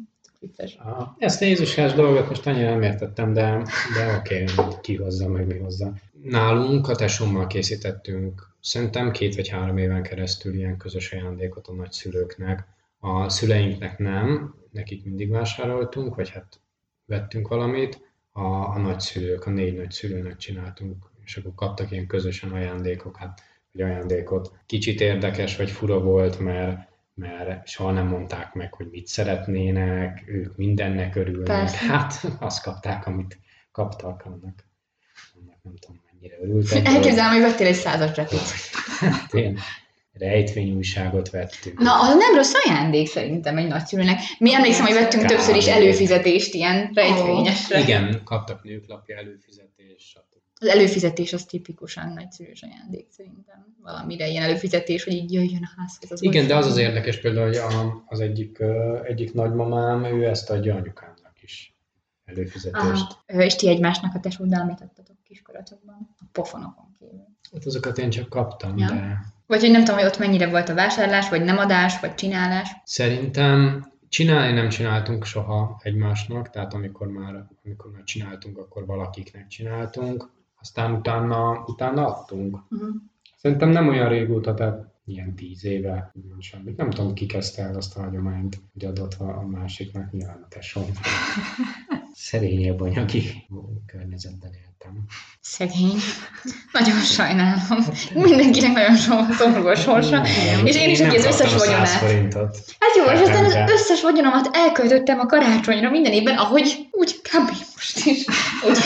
Aha. Ezt a Jézuskás dolgot most annyira nem értettem, de, de oké, okay, ki hozza, meg mi hozza. Nálunk a tesómmal készítettünk szerintem két vagy három éven keresztül ilyen közös ajándékot a nagyszülőknek. A szüleinknek nem, nekik mindig vásároltunk, vagy hát vettünk valamit. A, a nagyszülők, a négy nagyszülőnek csináltunk, és akkor kaptak ilyen közösen ajándékokat, vagy ajándékot. Kicsit érdekes, vagy fura volt, mert mert soha nem mondták meg, hogy mit szeretnének, ők mindennek örülnek. Persze. Hát azt kapták, amit kaptak, annak, annak nem tudom, mennyire örültek. Elképzelem, hogy vettél egy százas zsepit. Hát én rejtvényújságot vettünk. Na, az nem rossz ajándék szerintem egy nagyszülőnek. Mi emlékszem, hogy vettünk Kár többször is előfizetést ilyen rejtvényesre. Igen, kaptak nőklapja előfizetést. Az előfizetés az tipikusan nagyszülős ajándék szerintem. Valamire ilyen előfizetés, hogy így jöjjön a házhoz. Az igen, de az az érdekes például, hogy az egyik, egyik nagymamám, ő ezt adja anyukámnak is előfizetést. Aha. És ti egymásnak a tesóddal mit adtatok kiskoratokban? A pofonokon kívül. Hát azokat én csak kaptam, ja. de... Vagy hogy nem tudom, hogy ott mennyire volt a vásárlás, vagy nem adás, vagy csinálás? Szerintem csinálni nem csináltunk soha egymásnak, tehát amikor már, amikor már csináltunk, akkor valakiknek csináltunk. Aztán utána, utána adtunk. Uh-huh. Szerintem nem olyan régóta, tehát ilyen tíz éve, semmit. Nem tudom, ki kezdte el azt a hagyományt, hogy adott a másiknak, nyilván a tesóm. Szerényebb anyagi környezetben éltem. Szegény. Nagyon sajnálom. Mindenkinek nagyon szomorú a sorsa. És én is, aki az összes vagyonát. Hát jó, és aztán az összes vagyonomat elköltöttem a karácsonyra minden évben, ahogy úgy kb. Most is. Úgy.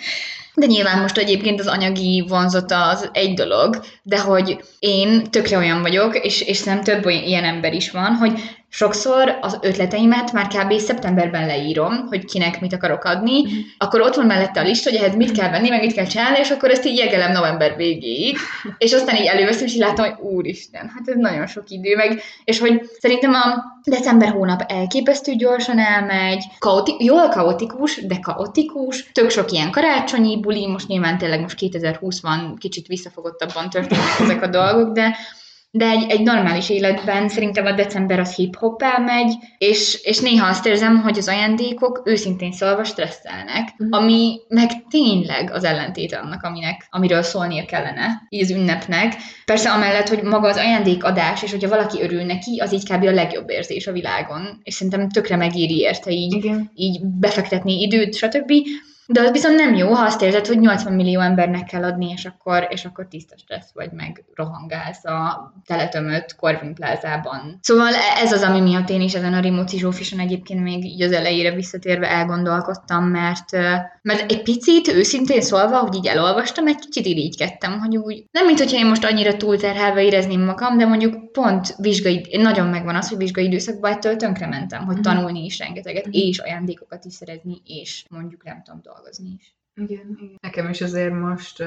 De nyilván most egyébként az anyagi vonzata az egy dolog, de hogy én tökre olyan vagyok, és, és szerintem több olyan, ilyen ember is van, hogy sokszor az ötleteimet már kb. Szeptemberben leírom, hogy kinek mit akarok adni, mm. akkor ott van mellette a lista, hogy ehhez mit kell venni, meg mit kell csinálni, és akkor ezt így jegelem november végéig, és aztán így előveszem, és így látom, hogy úristen, hát ez nagyon sok idő, meg, és hogy szerintem a december hónap elképesztő gyorsan elmegy, kaoti- jól kaotikus, de kaotikus, tök sok ilyen karácsonyi buli, most nyilván tényleg most kétezer-húsz van, kicsit visszafogottabban történnek ezek a dolgok, de De egy, egy normális életben szerintem a december az hip-hop elmegy, és, és néha azt érzem, hogy az ajándékok őszintén szólva stresszelnek, mm. ami meg tényleg az ellentét annak, aminek, amiről szólnia kellene, így az ünnepnek. Persze amellett, hogy maga az ajándékadás, és hogyha valaki örül neki, az így kb. A legjobb érzés a világon, és szerintem tökre megéri érte így, így befektetni időt, stb. De az viszont nem jó, ha azt érzed, hogy nyolcvan millió embernek kell adni, és akkor, és akkor tiszta stressz vagy, meg rohangálsz a teletömött Corvin plázában. Szóval ez az, ami miatt én is ezen a Rimóci Zsófison egyébként még így az elejére visszatérve elgondolkodtam, mert, mert egy picit őszintén szólva, hogy így elolvastam, egy kicsit irigykedtem, hogy úgy, nem mint hogyha én most annyira túlterhelve érezném magam, de mondjuk pont vizsgai, nagyon megvan az, hogy vizsgai időszakban ettől tönkrementem, hogy tanulni is rengeteget, mm. és ajándékokat is szerezni, és mondjuk nem tudom dolgozni is. Igen, igen. Nekem is azért most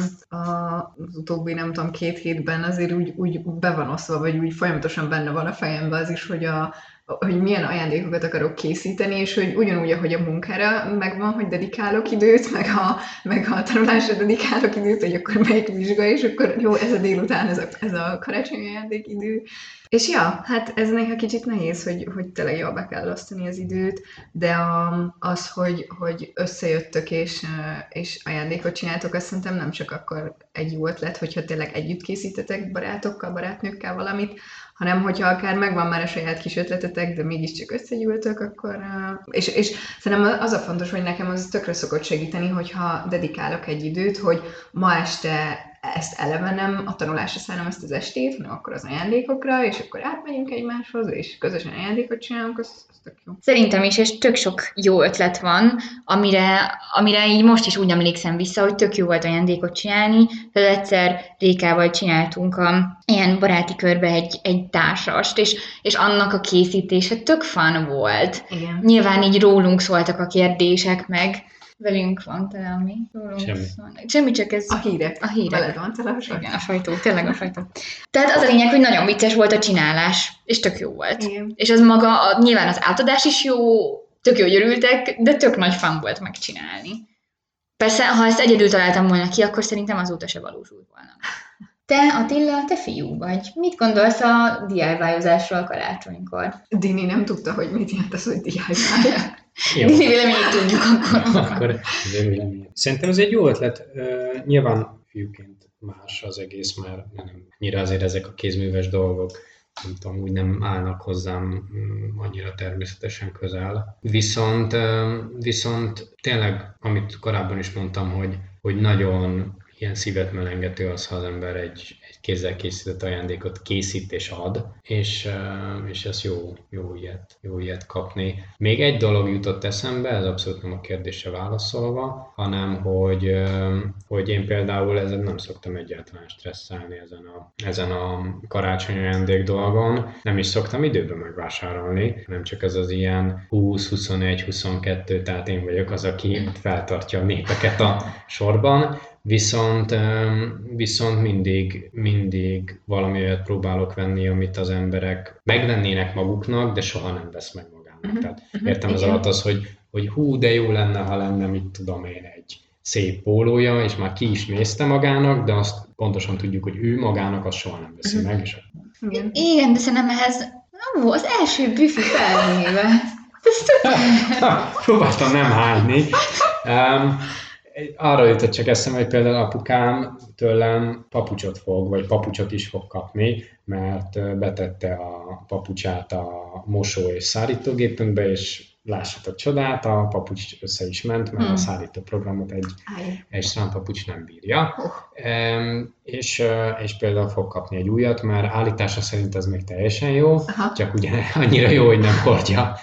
uh, az utóbbi, nem tudom, két hétben azért úgy, úgy be van oszva, vagy úgy folyamatosan benne van a fejemben az is, hogy, a, hogy milyen ajándékokat akarok készíteni, és hogy ugyanúgy, ahogy a munkára megvan, hogy dedikálok időt, meg a, meg a tanulásra dedikálok időt, hogy akkor melyik vizsga, és akkor jó, ez a délután, ez a, ez a karácsonyi ajándékidő. És ja, hát ez néha kicsit nehéz, hogy, hogy tényleg jól be kell osztani az időt, de a, az, hogy, hogy összejöttök és, és ajándékot csináltok, azt szerintem nem csak akkor egy jó ötlet, hogyha tényleg együtt készítetek barátokkal, barátnőkkel valamit, hanem hogyha akár megvan már a saját kis ötletetek, de mégiscsak összegyűltök, akkor... És, és szerintem az a fontos, hogy nekem az tökre szokott segíteni, hogyha dedikálok egy időt, hogy ma este ezt eleve nem a tanulásra szállom ezt az estét, hanem akkor az ajándékokra, és akkor átmegyünk egymáshoz, és közösen ajándékot csinálunk, az, az tök jó. Szerintem is, és tök sok jó ötlet van, amire, amire így most is úgy emlékszem vissza, hogy tök jó volt ajándékot csinálni. Például egyszer Rékával csináltunk a ilyen baráti körbe egy, egy társast, és, és annak a készítése tök fun volt. Igen. Nyilván így rólunk szóltak a kérdések, meg velünk van tele, ami rólunk Semmi. szólnak. Semmi, csak ez... A hírek. A hírek. Veled van tele a sajtó. Igen, a sajtó, tényleg a sajtó. Tehát az a lényeg, hogy nagyon vicces volt a csinálás, és tök jó volt. Igen. És az maga, a, nyilván az átadás is jó, tök jó, hogy örültek, de tök nagy fun volt megcsinálni. Persze, ha ezt egyedül találtam volna ki, akkor szerintem azóta se valósult volna. Te, Attila, te fiú vagy. Mit gondolsz a dé i vaj-ozásról karácsonykor? Dini nem tudta, hogy mit jelent az, hogy dé i vaj. Dini véleményét tudjuk akkor. Akkor az én véleményem. Szerintem ez egy jó ötlet. Uh, nyilván fiúként más az egész, mert nem, annyira azért ezek a kézműves dolgok, nem tudom, úgy nem állnak hozzám annyira természetesen közel. Viszont, viszont tényleg, amit korábban is mondtam, hogy, hogy nagyon ilyen szívet melengető az, ha az ember egy, egy kézzel készített ajándékot készít és ad, és, és ez jó, jó, ilyet, jó ilyet kapni. Még egy dolog jutott eszembe, ez abszolút nem a kérdésre válaszolva, hanem hogy, hogy én például ezen nem szoktam egyáltalán stresszelni ezen a, ezen a karácsony ajándék dolgon. Nem is szoktam időben megvásárolni, nem csak ez az ilyen húsz, huszonegy, huszonkettő, tehát én vagyok az, aki feltartja a népeket a sorban. Viszont, viszont mindig, mindig valami olyat próbálok venni, amit az emberek megvennének maguknak, de soha nem vesz meg magának. Uh-huh. Tehát értem az alatt az, hogy, hogy hú, de jó lenne, ha lenne, mit tudom én, egy szép pólója, és már ki is nézte magának, de azt pontosan tudjuk, hogy ő magának azt soha nem veszi uh-huh. meg. És... Igen. Igen, de szerintem ehhez nem volt az első büfi felvéve. Próbáltam nem hányni. Um, Arra jutott csak eszembe, hogy például apukám tőlem papucsot fog, vagy papucsot is fog kapni, mert betette a papucsát a mosó és szárítógépünkbe, és lássatok csodát, a papucs össze is ment, mert hmm. a szárító programot egy, egy strandpapucs nem bírja. Oh. Um, és, és például fog kapni egy újat, mert állítása szerint ez még teljesen jó, aha. csak ugye annyira jó, hogy nem hordja.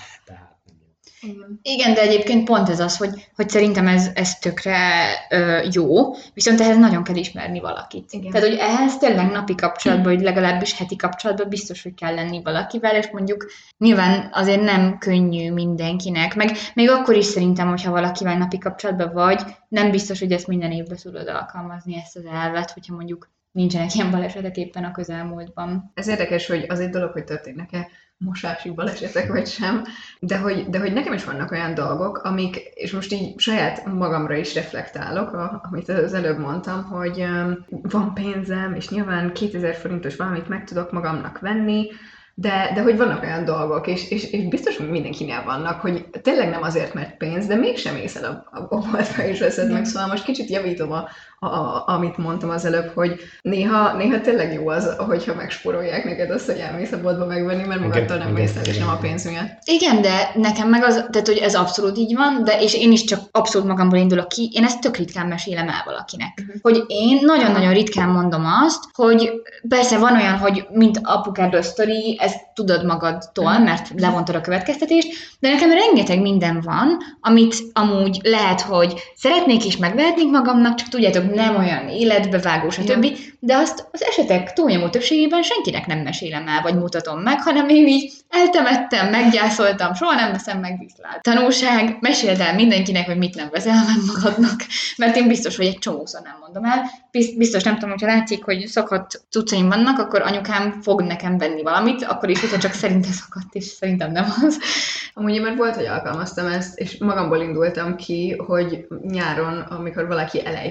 Igen. Igen, de egyébként pont ez az, hogy, hogy szerintem ez, ez tökre ö, jó, viszont ehhez nagyon kell ismerni valakit. Igen. Tehát, hogy ehhez tényleg napi kapcsolatban, vagy legalábbis heti kapcsolatban biztos, hogy kell lenni valakivel, és mondjuk nyilván azért nem könnyű mindenkinek, meg még akkor is szerintem, hogyha valakivel napi kapcsolatban vagy, nem biztos, hogy ezt minden évben tudod alkalmazni, ezt az elvet, hogyha mondjuk nincsenek ilyen balesetek éppen a közelmúltban. Ez érdekes, hogy az egy dolog, hogy történnek-e mosási balesetek vagy sem, de hogy, de hogy nekem is vannak olyan dolgok, amik, és most így saját magamra is reflektálok, a, amit az előbb mondtam, hogy um, van pénzem, és nyilván kétezer forintos valamit meg tudok magamnak venni, de, de hogy vannak olyan dolgok, és, és, és biztos, hogy mindenkinél vannak, hogy tényleg nem azért, mert pénz, de mégsem mész el a, a, a boltba és veszed meg, szóval most kicsit javítom a, a, a, amit mondtam az előbb, hogy néha, néha tényleg jó az, hogyha megspórolják neked azt, hogy elmész a boltba megvenni, mert magadtól nem mész el, és nem a pénz miatt. Igen, de nekem meg az, tehát hogy ez abszolút így van, de és én is csak abszolút magamból indulok ki, én ezt tök ritkán mesélem el valakinek. Uh-huh. Hogy én nagyon-nagyon ritkán mondom azt, hogy persze van olyan, hogy mint apukád sztori, ezt tudod magadtól, uh-huh. mert levontad a következtetést, de nekem rengeteg minden van, amit amúgy lehet, hogy szeretnék is, megvehetnék magamnak, csak tudjátok, nem olyan életbevágó, stb. Ja. De azt az esetek túlnyomó többségében senkinek nem mesélem el, vagy mutatom meg, hanem én így eltemettem, meggyászoltam, soha nem veszem meg viszlát. Tanulság, meséld el mindenkinek, hogy mit nem veszel meg magadnak, mert én biztos, hogy egy csomószor nem mondom el. Biztos nem tudom, hogyha látszik, hogy szakadt cuccaim vannak, akkor anyukám fog nekem venni valamit, akkor is, hogyha csak szerintem szakadt, és szerintem nem az. Amúgy már volt, hogy alkalmaztam ezt, és magamból indultam ki, hogy nyáron, amikor valaki elejtett valami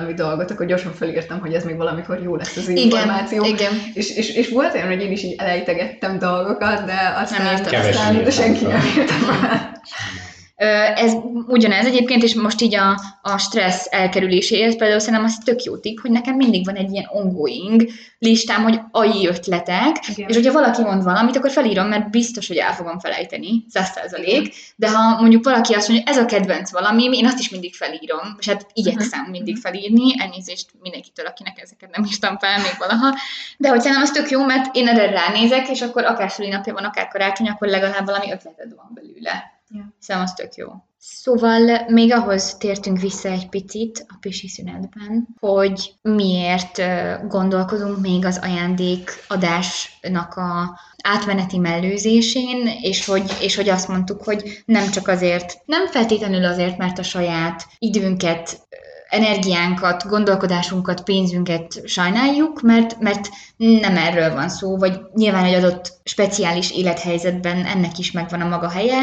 valami dolgot, akkor gyorsan felírtam, hogy ez még valamikor jó lesz az információ. Igen, igen. És, és, és volt olyan, hogy én is így elejtegettem dolgokat, de aztán, nem írtam. aztán senki nem írtam. Ez ugyanez egyébként, és most így a, a stressz elkerüléséért például szerintem az tök jó tipp, hogy nekem mindig van egy ilyen ongoing listám, hogy á i ötletek, igen. És hogyha valaki mond valamit, akkor felírom, mert biztos, hogy el fogom felejteni, száz százalék, de ha mondjuk valaki azt mondja, hogy ez a kedvenc valami, én azt is mindig felírom, és hát igyekszem uh-huh. mindig felírni, elnézést mindenkitől, akinek ezeket nem írtam fel még valaha, de hogy szerintem az tök jó, mert én erre ránézek, és akkor akár szülinapja van, akár karácsony, akkor legalább valami ötleted van belőle. Yeah. Szerintem az tök jó. Szóval még ahhoz tértünk vissza egy picit a pisi szünetben, hogy miért gondolkodunk még az ajándékadásnak a átmeneti mellőzésén, és hogy, és hogy azt mondtuk, hogy nem csak azért, nem feltétlenül azért, mert a saját időnket, energiánkat, gondolkodásunkat, pénzünket sajnáljuk, mert, mert nem erről van szó, vagy nyilván egy adott speciális élethelyzetben ennek is megvan a maga helye,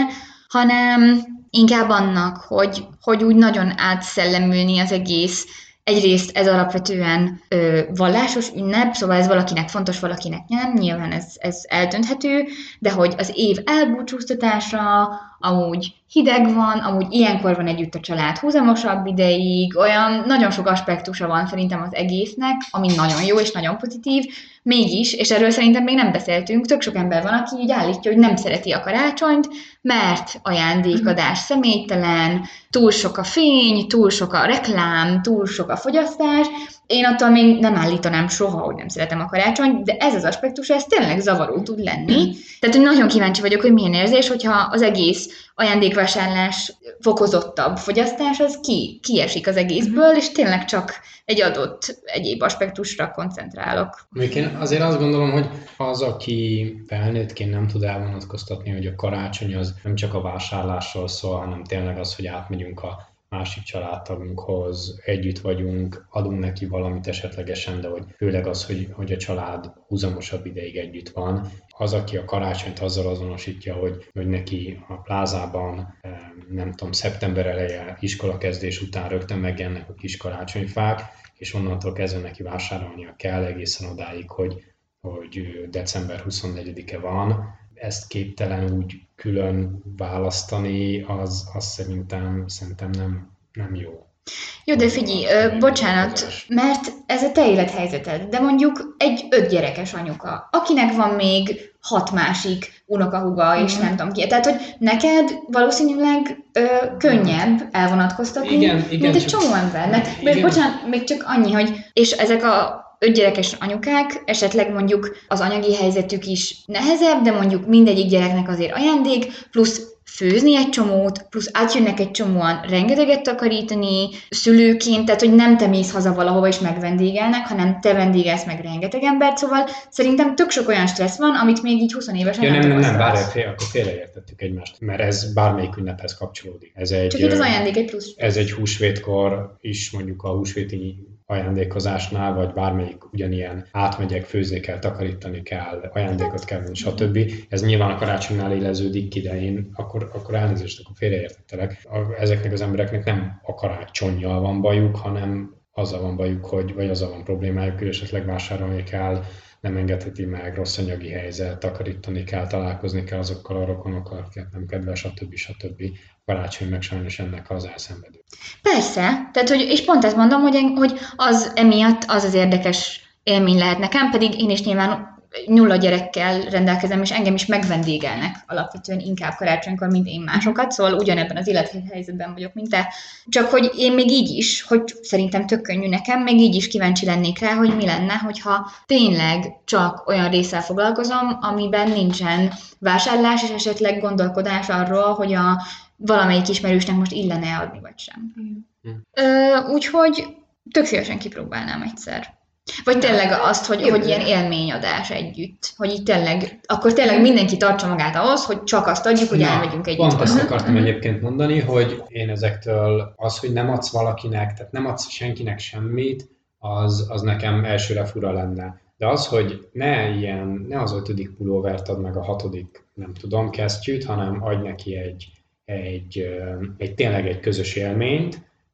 hanem inkább annak, hogy, hogy úgy nagyon átszellemülni az egész. Egyrészt ez alapvetően ö, vallásos ünnep, szóval ez valakinek fontos, valakinek nem, nyilván ez, ez eldönthető, de hogy az év elbúcsúztatása, amúgy hideg van, amúgy ilyenkor van együtt a család húzamosabb ideig, olyan nagyon sok aspektusa van szerintem az egésznek, ami nagyon jó és nagyon pozitív, mégis, és erről szerintem még nem beszéltünk, tök sok ember van, aki így állítja, hogy nem szereti a karácsonyt, mert ajándékadás személytelen, túl sok a fény, túl sok a reklám, túl sok a fogyasztás. Én attól még nem állítanám soha, hogy nem szeretem a karácsonyt, de ez az aspektus, ez tényleg zavaró tud lenni. Tehát, hogy nagyon kíváncsi vagyok, hogy milyen érzés, hogyha az egész ajándékvásárlás fokozottabb fogyasztás, az ki, kiesik az egészből, és tényleg csak egy adott egyéb aspektusra koncentrálok. Még én azért azt gondolom, hogy az, aki felnőttként nem tud elvonatkoztatni, hogy a karácsony az nem csak a vásárlásról szól, hanem tényleg az, hogy átmegyünk a másik családtagunkhoz, együtt vagyunk, adunk neki valamit esetlegesen, de hogy főleg az, hogy, hogy a család húzamosabb ideig együtt van. Az, aki a karácsonyt azzal azonosítja, hogy, hogy neki a plázában, nem tudom, szeptember eleje, iskolakezdés után rögtön megjelennek a kis karácsonyfák, és onnantól kezdve neki vásárolnia kell egészen odáig, hogy, hogy december huszonnegyedike van. Ezt képtelen úgy külön választani, az, az szerintem, szerintem nem, nem jó. Jó, de figyelj, ö, bocsánat, mert ez a te élethelyzeted, de mondjuk egy öt gyerekes anyuka, akinek van még hat másik unokahuga, és mm. nem tudom ki. Tehát, hogy neked valószínűleg ö, könnyebb elvonatkoztatni, igen, igen, mint egy csomó embernek. Még bocsánat, még csak annyi, hogy és ezek a ötgyerekes anyukák, esetleg mondjuk az anyagi helyzetük is nehezebb, de mondjuk mindegyik gyereknek azért ajándék, plusz főzni egy csomót, plusz átjönnek egy csomóan rengeteget takarítani szülőként, tehát hogy nem te mész haza valahova és megvendégelnek, hanem te vendégelsz meg rengeteg embert, szóval szerintem tök sok olyan stressz van, amit még így húsz évesen ja, nem nem, nem, nem, várj, fél, akkor félreértettük egymást, mert ez bármelyik ünnephez kapcsolódik. Ez egy, csak itt az ajándék egy plusz. Ez egy húsvétkor is, mondjuk a húsvéti ajándékozásnál, vagy bármelyik ugyanilyen átmegyek, főzni kell, takarítani kell, ajándékot kell venni, stb. Ez nyilván a karácsonynál éleződik ki, de én akkor, akkor elnézést, akkor félreértettelek. Ezeknek az embereknek nem a karácsonnyal van bajuk, hanem azzal van bajuk, hogy, vagy azzal van problémájuk, hogy esetleg vásárolni kell, nem engedheti meg, rossz anyagi helyzet, takarítani kell, találkozni kell azokkal a rokonokkal, akiket nem kedvel, stb. stb. Karácsony meg sajnos ennek az elszenvedő. Persze, tehát, hogy, és pont ezt mondom, hogy, hogy az emiatt az az érdekes élmény lehet nekem, pedig én is nyilván nulla gyerekkel rendelkezem, és engem is megvendégelnek alapvetően inkább karácsonykor, mint én másokat, szóval ugyanebben az élethelyzetben vagyok, mint te. Csak hogy én még így is, hogy szerintem tök könnyű nekem, még így is kíváncsi lennék rá, hogy mi lenne, hogyha tényleg csak olyan résszel foglalkozom, amiben nincsen vásárlás, és esetleg gondolkodás arról, hogy a valamelyik ismerősnek most illene adni, vagy sem. Mm. Ö, úgyhogy tök szívesen kipróbálnám egyszer. Vagy tényleg azt, hogy, hogy ilyen élményadás együtt. Hogy így tényleg, akkor tényleg mindenki tartsa magát ahhoz, hogy csak azt adjuk, hogy elmegyünk együtt. Pont ezt akartam egyébként mondani, hogy én ezektől az, hogy nem adsz valakinek, tehát nem adsz senkinek semmit, az, az nekem elsőre fura lenne. De az, hogy ne ilyen, ne az ötödik pulóvert ad meg a hatodik, nem tudom, kesztyűt, hanem adj neki egy, egy, egy tényleg egy közös élményt,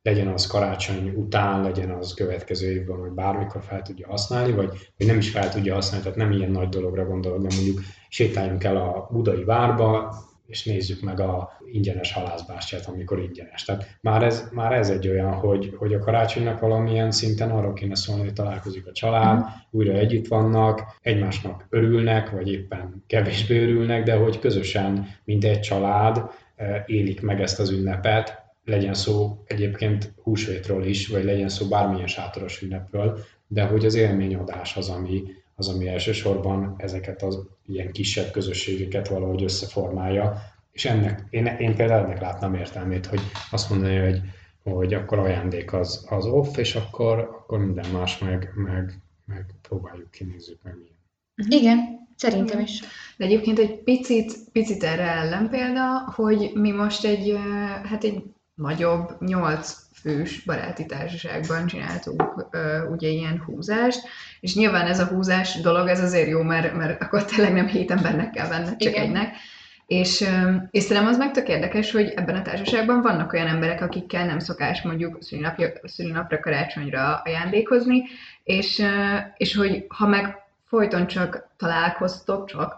legyen az karácsony után, legyen az következő évben, vagy bármikor fel tudja használni, vagy, vagy nem is fel tudja használni, tehát nem ilyen nagy dologra gondolok, de mondjuk sétáljunk el a Budai Várba, és nézzük meg a ingyenes halászbástyát, amikor ingyenes. Tehát már ez, már ez egy olyan, hogy, hogy a karácsonynak valamilyen szinten arról kéne szólni, hogy találkozik a család, uh-huh. újra együtt vannak, egymásnak örülnek, vagy éppen kevésbé örülnek, de hogy közösen, mint egy család élik meg ezt az ünnepet, legyen szó egyébként húsvétről is, vagy legyen szó bármilyen sátoros ünnepről, de hogy az élményadás az, ami, az, ami elsősorban ezeket az ilyen kisebb közösségeket valahogy összeformálja, és ennek, én, én például ennek látnám értelmét, hogy azt mondani, hogy, hogy akkor ajándék az, az off, és akkor, akkor minden más meg, meg, meg próbáljuk kinézzük meg milyen. Igen, szerintem is. De egyébként egy picit, picit erre ellenpélda, hogy mi most egy, hát egy nagyobb, nyolc fős baráti társaságban csináltunk uh, ugye ilyen húzást, és nyilván ez a húzás dolog, ez azért jó, mert, mert akkor tényleg nem hét embernek kell venned, csak igen. egynek. És, és szerintem az meg tök érdekes, hogy ebben a társaságban vannak olyan emberek, akikkel nem szokás mondjuk szülinapja, szülinapra, karácsonyra ajándékozni, és, és hogy ha meg folyton csak találkoztok, csak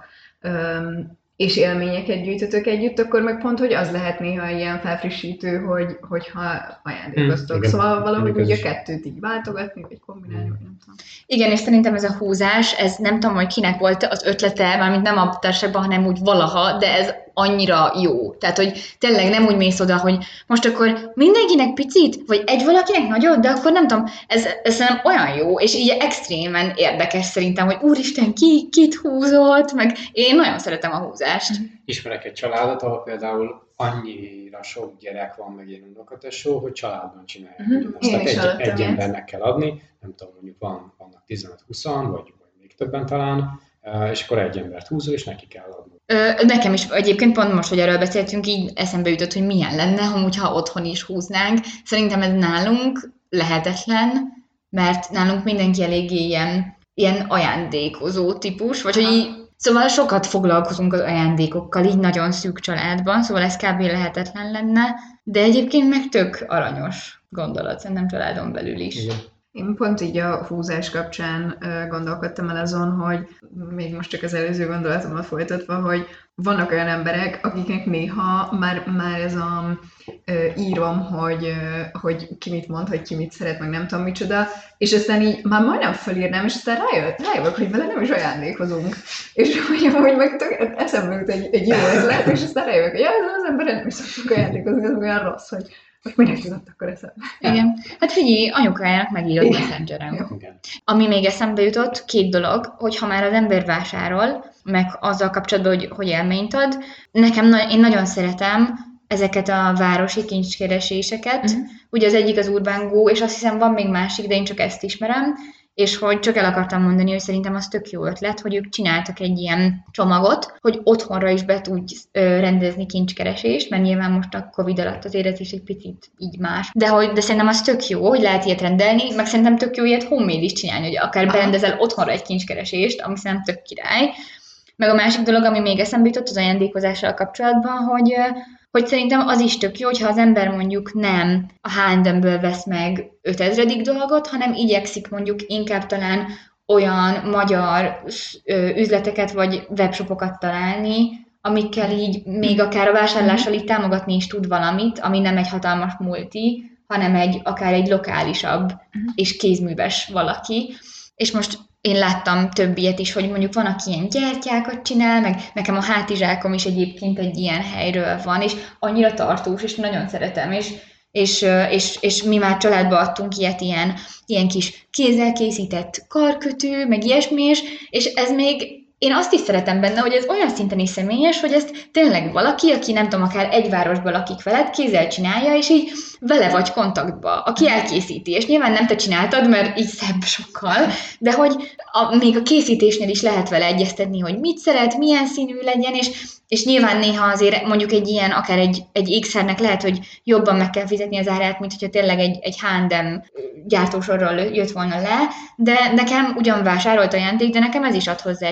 és élményeket gyűjtötök együtt, akkor meg pont, hogy az lehet néha ilyen felfrissítő, hogy, hogyha ajándékoztok. Hmm, szóval valahogy úgy a kettőt így váltogatni, vagy kombinálni, vagy nem tudom. Igen, és szerintem ez a húzás, ez nem tudom, hogy kinek volt az ötlete, mármint nem a társaságban, hanem úgy valaha, de ez annyira jó. Tehát, hogy tényleg nem úgy mész oda, hogy most akkor mindenkinek picit, vagy egy valakinek nagyot, de akkor nem tudom, ez, ez szerintem olyan jó, és így extrémen érdekes szerintem, hogy úristen, ki, kit húzott, meg én nagyon szeretem a húzást. Ismerek egy családot, ahol például annyira sok gyerek van, meg ilyen unokatesó, hogy családban csinálják. Uh-huh. Tehát egy, egy embernek kell adni, nem tudom, mondjuk van, vannak tizenöt-húsz, vagy, vagy még többen talán, és akkor egy embert húzol, és neki kell adni. Ö, nekem is egyébként pont most, hogy erről beszéltünk, így eszembe jutott, hogy milyen lenne, ha otthon is húznánk. Szerintem ez nálunk lehetetlen, mert nálunk mindenki eléggé ilyen, ilyen ajándékozó típus, vagy hogy így, szóval sokat foglalkozunk az ajándékokkal, így nagyon szűk családban, szóval ez kb. Lehetetlen lenne, de egyébként meg tök aranyos gondolat, szerintem családon belül is. Igen. Én pont így a húzás kapcsán gondolkodtam el azon, hogy még most csak az előző gondolatomat folytatva, hogy vannak olyan emberek, akiknek néha már, már ez a ö, írom, hogy, ö, hogy ki mit mond, hogy ki mit szeret, meg nem tudom micsoda, és aztán így már majdnem fölírnám, és aztán rájött, rájövök, hogy vele nem is ajándékozunk. És hogy, hogy meg tök eszembe jut egy, egy jó ötlet, és aztán rájövök, hogy az, az emberre nem is szoktuk ajándékozni, ez olyan rossz, hogy most minek jutott akkor eszembe? Igen. Hát figyelj, anyukájának megírod Messengeren. Ami még eszembe jutott, két dolog, hogy ha már az ember vásárol, meg azzal kapcsolatban, hogy, hogy élményt ad, nekem én nagyon szeretem ezeket a városi kincskereséseket. Uh-huh. Ugye az egyik az Urban Go, és azt hiszem van még másik, de én csak ezt ismerem, és hogy csak el akartam mondani, hogy szerintem az tök jó ötlet, hogy ők csináltak egy ilyen csomagot, hogy otthonra is be tudj rendezni kincskeresést, mert nyilván most a Covid alatt azért ez is egy picit így más. De, hogy, de szerintem az tök jó, hogy lehet ilyet rendelni, meg szerintem tök jó ilyet homemade is csinálni, hogy akár berendezel otthonra egy kincskeresést, ami szerintem tök király. Meg a másik dolog, ami még eszembe jutott az ajándékozással kapcsolatban, hogy hogy szerintem az is tök jó, hogyha az ember mondjuk nem a há és em-ből vesz meg ötezredik dolgot, hanem igyekszik mondjuk inkább talán olyan magyar üzleteket vagy webshopokat találni, amikkel így még akár a vásárlással így támogatni is tud valamit, ami nem egy hatalmas multi, hanem egy akár egy lokálisabb és kézműves valaki. És most én láttam több ilyet is, hogy mondjuk van, aki ilyen gyertyákat csinál, meg nekem a hátizsákom is egyébként egy ilyen helyről van, és annyira tartós, és nagyon szeretem, és, és, és, és mi már családba adtunk ilyet, ilyen, ilyen kis kézzel készített karkötő, meg ilyesmi, és, és ez még én azt is szeretem benne, hogy ez olyan szinten is személyes, hogy ezt tényleg valaki, aki nem tudom, akár egy városban lakik veled, kézzel csinálja, és így vele vagy kontaktba, aki elkészíti. És nyilván nem te csináltad, mert így szebb sokkal, de hogy a, még a készítésnél is lehet vele egyeztetni, hogy mit szeret, milyen színű legyen, és, és nyilván néha azért mondjuk egy ilyen, akár egy, egy ékszernek lehet, hogy jobban meg kell fizetni az árát, mint hogyha tényleg egy, egy há és em gyártósorról jött volna le, de nekem ugyan vásárolt ajándék, de nekem ez is ad hozzá egy kis személy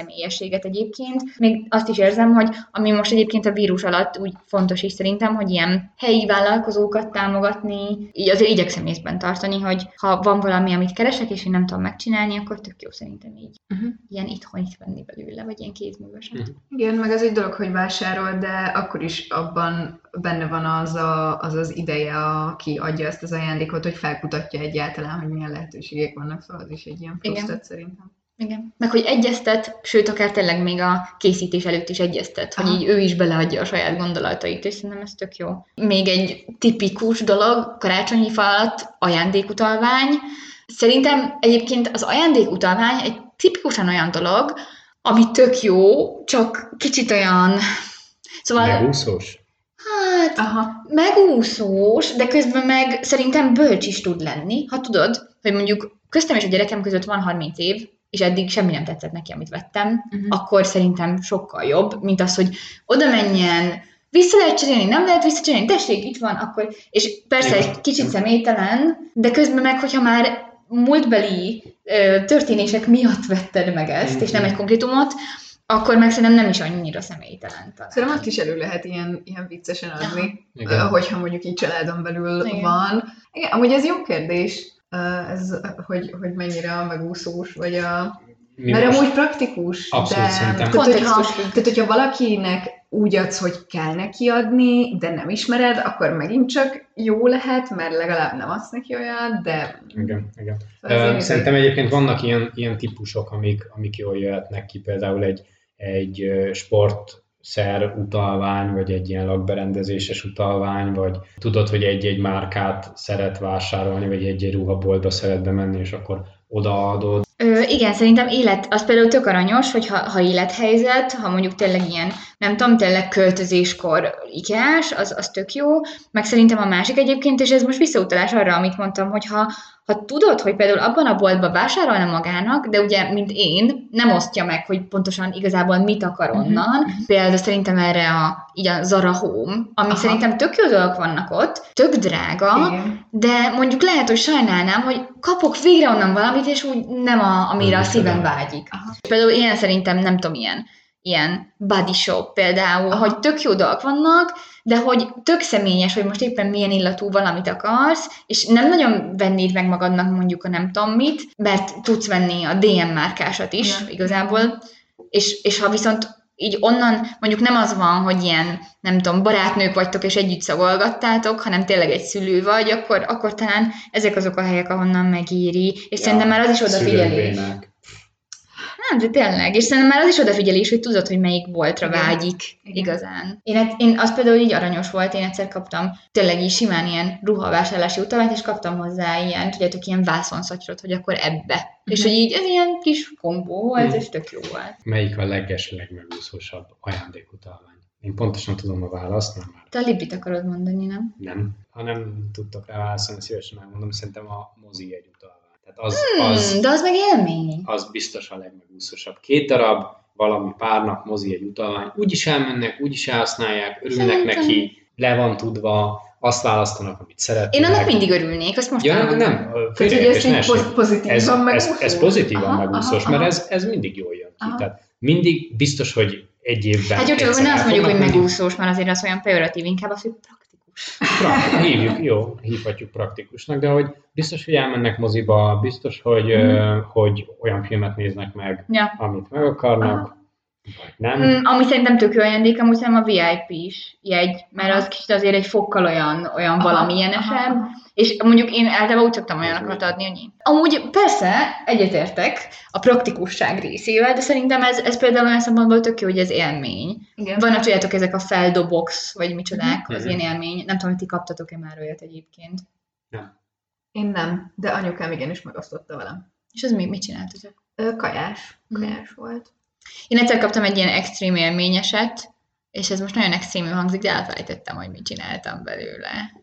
személyességet egyébként. Még azt is érzem, hogy ami most egyébként a vírus alatt úgy fontos is szerintem, hogy ilyen helyi vállalkozókat támogatni, így azért igyekszem észben tartani, hogy ha van valami, amit keresek, és én nem tudom megcsinálni, akkor tök jó szerintem így. Uh-huh. Ilyen itthonit venni belőle, vagy ilyen kézműveset. Uh-huh. Igen, meg az egy dolog, hogy vásárol, de akkor is abban benne van az a, az, az ideje, aki adja ezt az ajándékot, hogy felkutatja egyáltalán, hogy milyen lehetőségek vannak, szóval az is egy ilyen plusz szerintem. Igen. Meg hogy egyeztet, sőt, akár tényleg még a készítés előtt is egyeztet, hogy így ő is beleadja a saját gondolatait, és szerintem ez tök jó. Még egy tipikus dolog, karácsonyi fa alatt ajándékutalvány. Szerintem egyébként az ajándékutalvány egy tipikusan olyan dolog, ami tök jó, csak kicsit olyan... Szóval... Megúszós? Hát, aha. megúszós, de közben meg szerintem bölcs is tud lenni. Ha tudod, hogy mondjuk köztem és a gyerekem között van harminc év, és eddig semmi nem tetszett neki, amit vettem, uh-huh. akkor szerintem sokkal jobb, mint az, hogy oda menjen, vissza lehet cserélni, nem lehet visszacserélni, tessék, itt van, akkor... És persze egy kicsit személytelen, de közben meg, hogyha már múltbeli ö, történések miatt vetted meg ezt, uh-huh. és nem egy konkrétumot, akkor meg szerintem nem is annyira személytelen talán. Szerintem azt is elő lehet ilyen, ilyen viccesen adni, ja. hogyha mondjuk így családon belül igen. van. Igen, amúgy ez jó kérdés, ez, hogy, hogy mennyire a megúszós, vagy a... Mi mert amúgy praktikus, abszolút de szerintem. Tehát, hogyha, tehát, hogyha valakinek úgy adsz, hogy kell neki adni, de nem ismered, akkor megint csak jó lehet, mert legalább nem adsz neki olyat, de... Igen, igen. Uh, szerintem egyébként vannak ilyen, ilyen típusok, amik, amik jól jöhetnek ki, például egy, egy sportszer utalvány, vagy egy ilyen lakberendezéses utalvány, vagy tudod, hogy egy-egy márkát szeret vásárolni, vagy egy-egy ruhaboltba szeret bemenni, és akkor odaadod. Ö, igen, szerintem élet, az például tök aranyos, hogy ha, ha élethelyzet, ha mondjuk tényleg ilyen, nem tudom, tényleg költözéskor ikás, az, az tök jó, meg szerintem a másik egyébként, és ez most visszautalás arra, amit mondtam, hogy ha, ha tudod, hogy például abban a boltban vásárolna magának, de ugye, mint én, nem osztja meg, hogy pontosan igazából mit akar onnan, uh-huh. például szerintem erre a, így a Zara Home, ami aha. szerintem tök jó dolgok vannak ott, tök drága, igen. de mondjuk lehet, hogy sajnálnám, hogy kapok végre onnan valamit, és úgy nem a, amire a szívem vágyik. Aha. Például ilyen szerintem, nem tudom, ilyen, ilyen body shop például, aha. hogy tök jó dolgok vannak, de hogy tök személyes, hogy most éppen milyen illatú valamit akarsz, és nem nagyon vennéd meg magadnak mondjuk a nem tudom mit, mert tudsz venni a dé em márkásat is ja. igazából, és, és ha viszont így onnan mondjuk nem az van, hogy ilyen, nem tudom, barátnők vagytok és együtt szagolgattátok, hanem tényleg egy szülő vagy, akkor, akkor talán ezek azok a helyek, ahonnan megéri, és ja, szerintem már az is odafigyelés. Nem, de tényleg, és szerintem már az is odafigyelés, hogy tudod, hogy melyik boltra igen. vágyik igen. igazán. Én, én az például így aranyos volt, én egyszer kaptam tényleg így simán ilyen ruhavásárlási utalványt, és kaptam hozzá ilyen, tudjátok, ilyen vászonszatyrot, hogy akkor ebbe. Uh-huh. És hogy így ez ilyen kis kombó volt, uh-huh. és tök jó volt. Melyik a leges, legmegúszósabb ajándékutalvány? Én pontosan tudom a választ, nem már. Te a Librit akarod mondani, nem? Nem. Ha nem tudtok rá válaszolni, szívesen megmondom, szerintem a mozi egy utalvány. Az, hmm, az, de az meg élmény. Az biztos a legmegúszósabb. Két darab, valami párnak, mozi, egy utalvány. Úgyis elmennek, úgyis elhasználják, örülnek szerintem. Neki, le van tudva, azt választanak, amit szeretnek. Én annak mindig örülnék, azt most ja, nem, nem félreértés ne esik. Ez, ez, ez pozitívan aha, megúszós, aha, mert aha. Ez, ez mindig jól jön ki. Tehát mindig biztos, hogy egy évben... Hát jó, csak ne azt mondjuk, hogy megúszós, mert azért az olyan pejoratív, inkább az, hogy praktikus. Praktikus. Hívjuk, jó, hívhatjuk praktikusnak, de hogy biztos, hogy elmennek moziba, biztos, hogy, mm. uh, hogy olyan filmet néznek meg, ja. amit meg akarnak, aha. vagy nem. Mm, ami szerintem tök jó ajándék, amúgy szerintem a vé i pé-s jegy, mert az kicsit azért egy fokkal olyan, olyan valamilyenesebb, és mondjuk én általában úgy szoktam olyanokat adni, hogy amúgy persze egyetértek a praktikusság részével, de szerintem ez, ez például olyan szempontból tök jó, hogy ez élmény. Igen. Vannak, tudjátok, ezek a feldobox, vagy micsodák, az ilyen élmény. Nem tudom, hogy ti kaptatok-e már olyat egyébként. Nem. Én nem, de anyukám igenis megosztotta velem. És az még mit csináltatok? Kajás. Kajás hmm. volt. Én egyszer kaptam egy ilyen extrém élményeset, és ez most nagyon extrémül hangzik, de elfelejtettem, hogy mit csináltam belőle.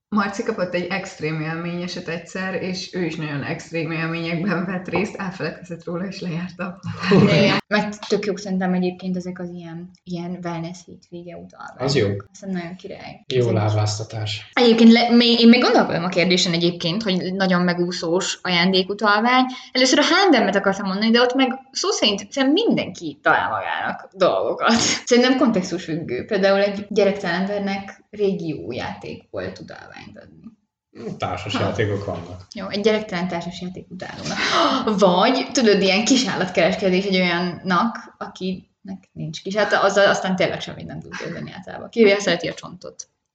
Marci kapott egy extrém élményeset egyszer, és ő is nagyon extrém élményekben vett részt, elfeledkezett róla, és lejárta. Meg tök jók szerintem egyébként ezek az ilyen, ilyen wellness hétvége utalványok. Az jó. Aztán nagyon király. Jó lábáztatás. Egyébként le, még, én még gondolkodom a kérdésen egyébként, hogy nagyon megúszós ajándékutalvány. Először a H and M-et akartam mondani, de ott meg szó szerint szerintem mindenki talál magának dolgokat. Szerintem kontextusfüggő. Például egy gyerektelen embernek régió játék volt utalványt adni. Társas ha. játékok vannak. Jó, egy gyerektelen társas játék utálónak. Vagy, tudod, ilyen kisállatkereskedés egy olyannak, akinek nincs kis. Hát azzal aztán tényleg semmit nem tud kezdeni általában. Kivéve szereti a csontot.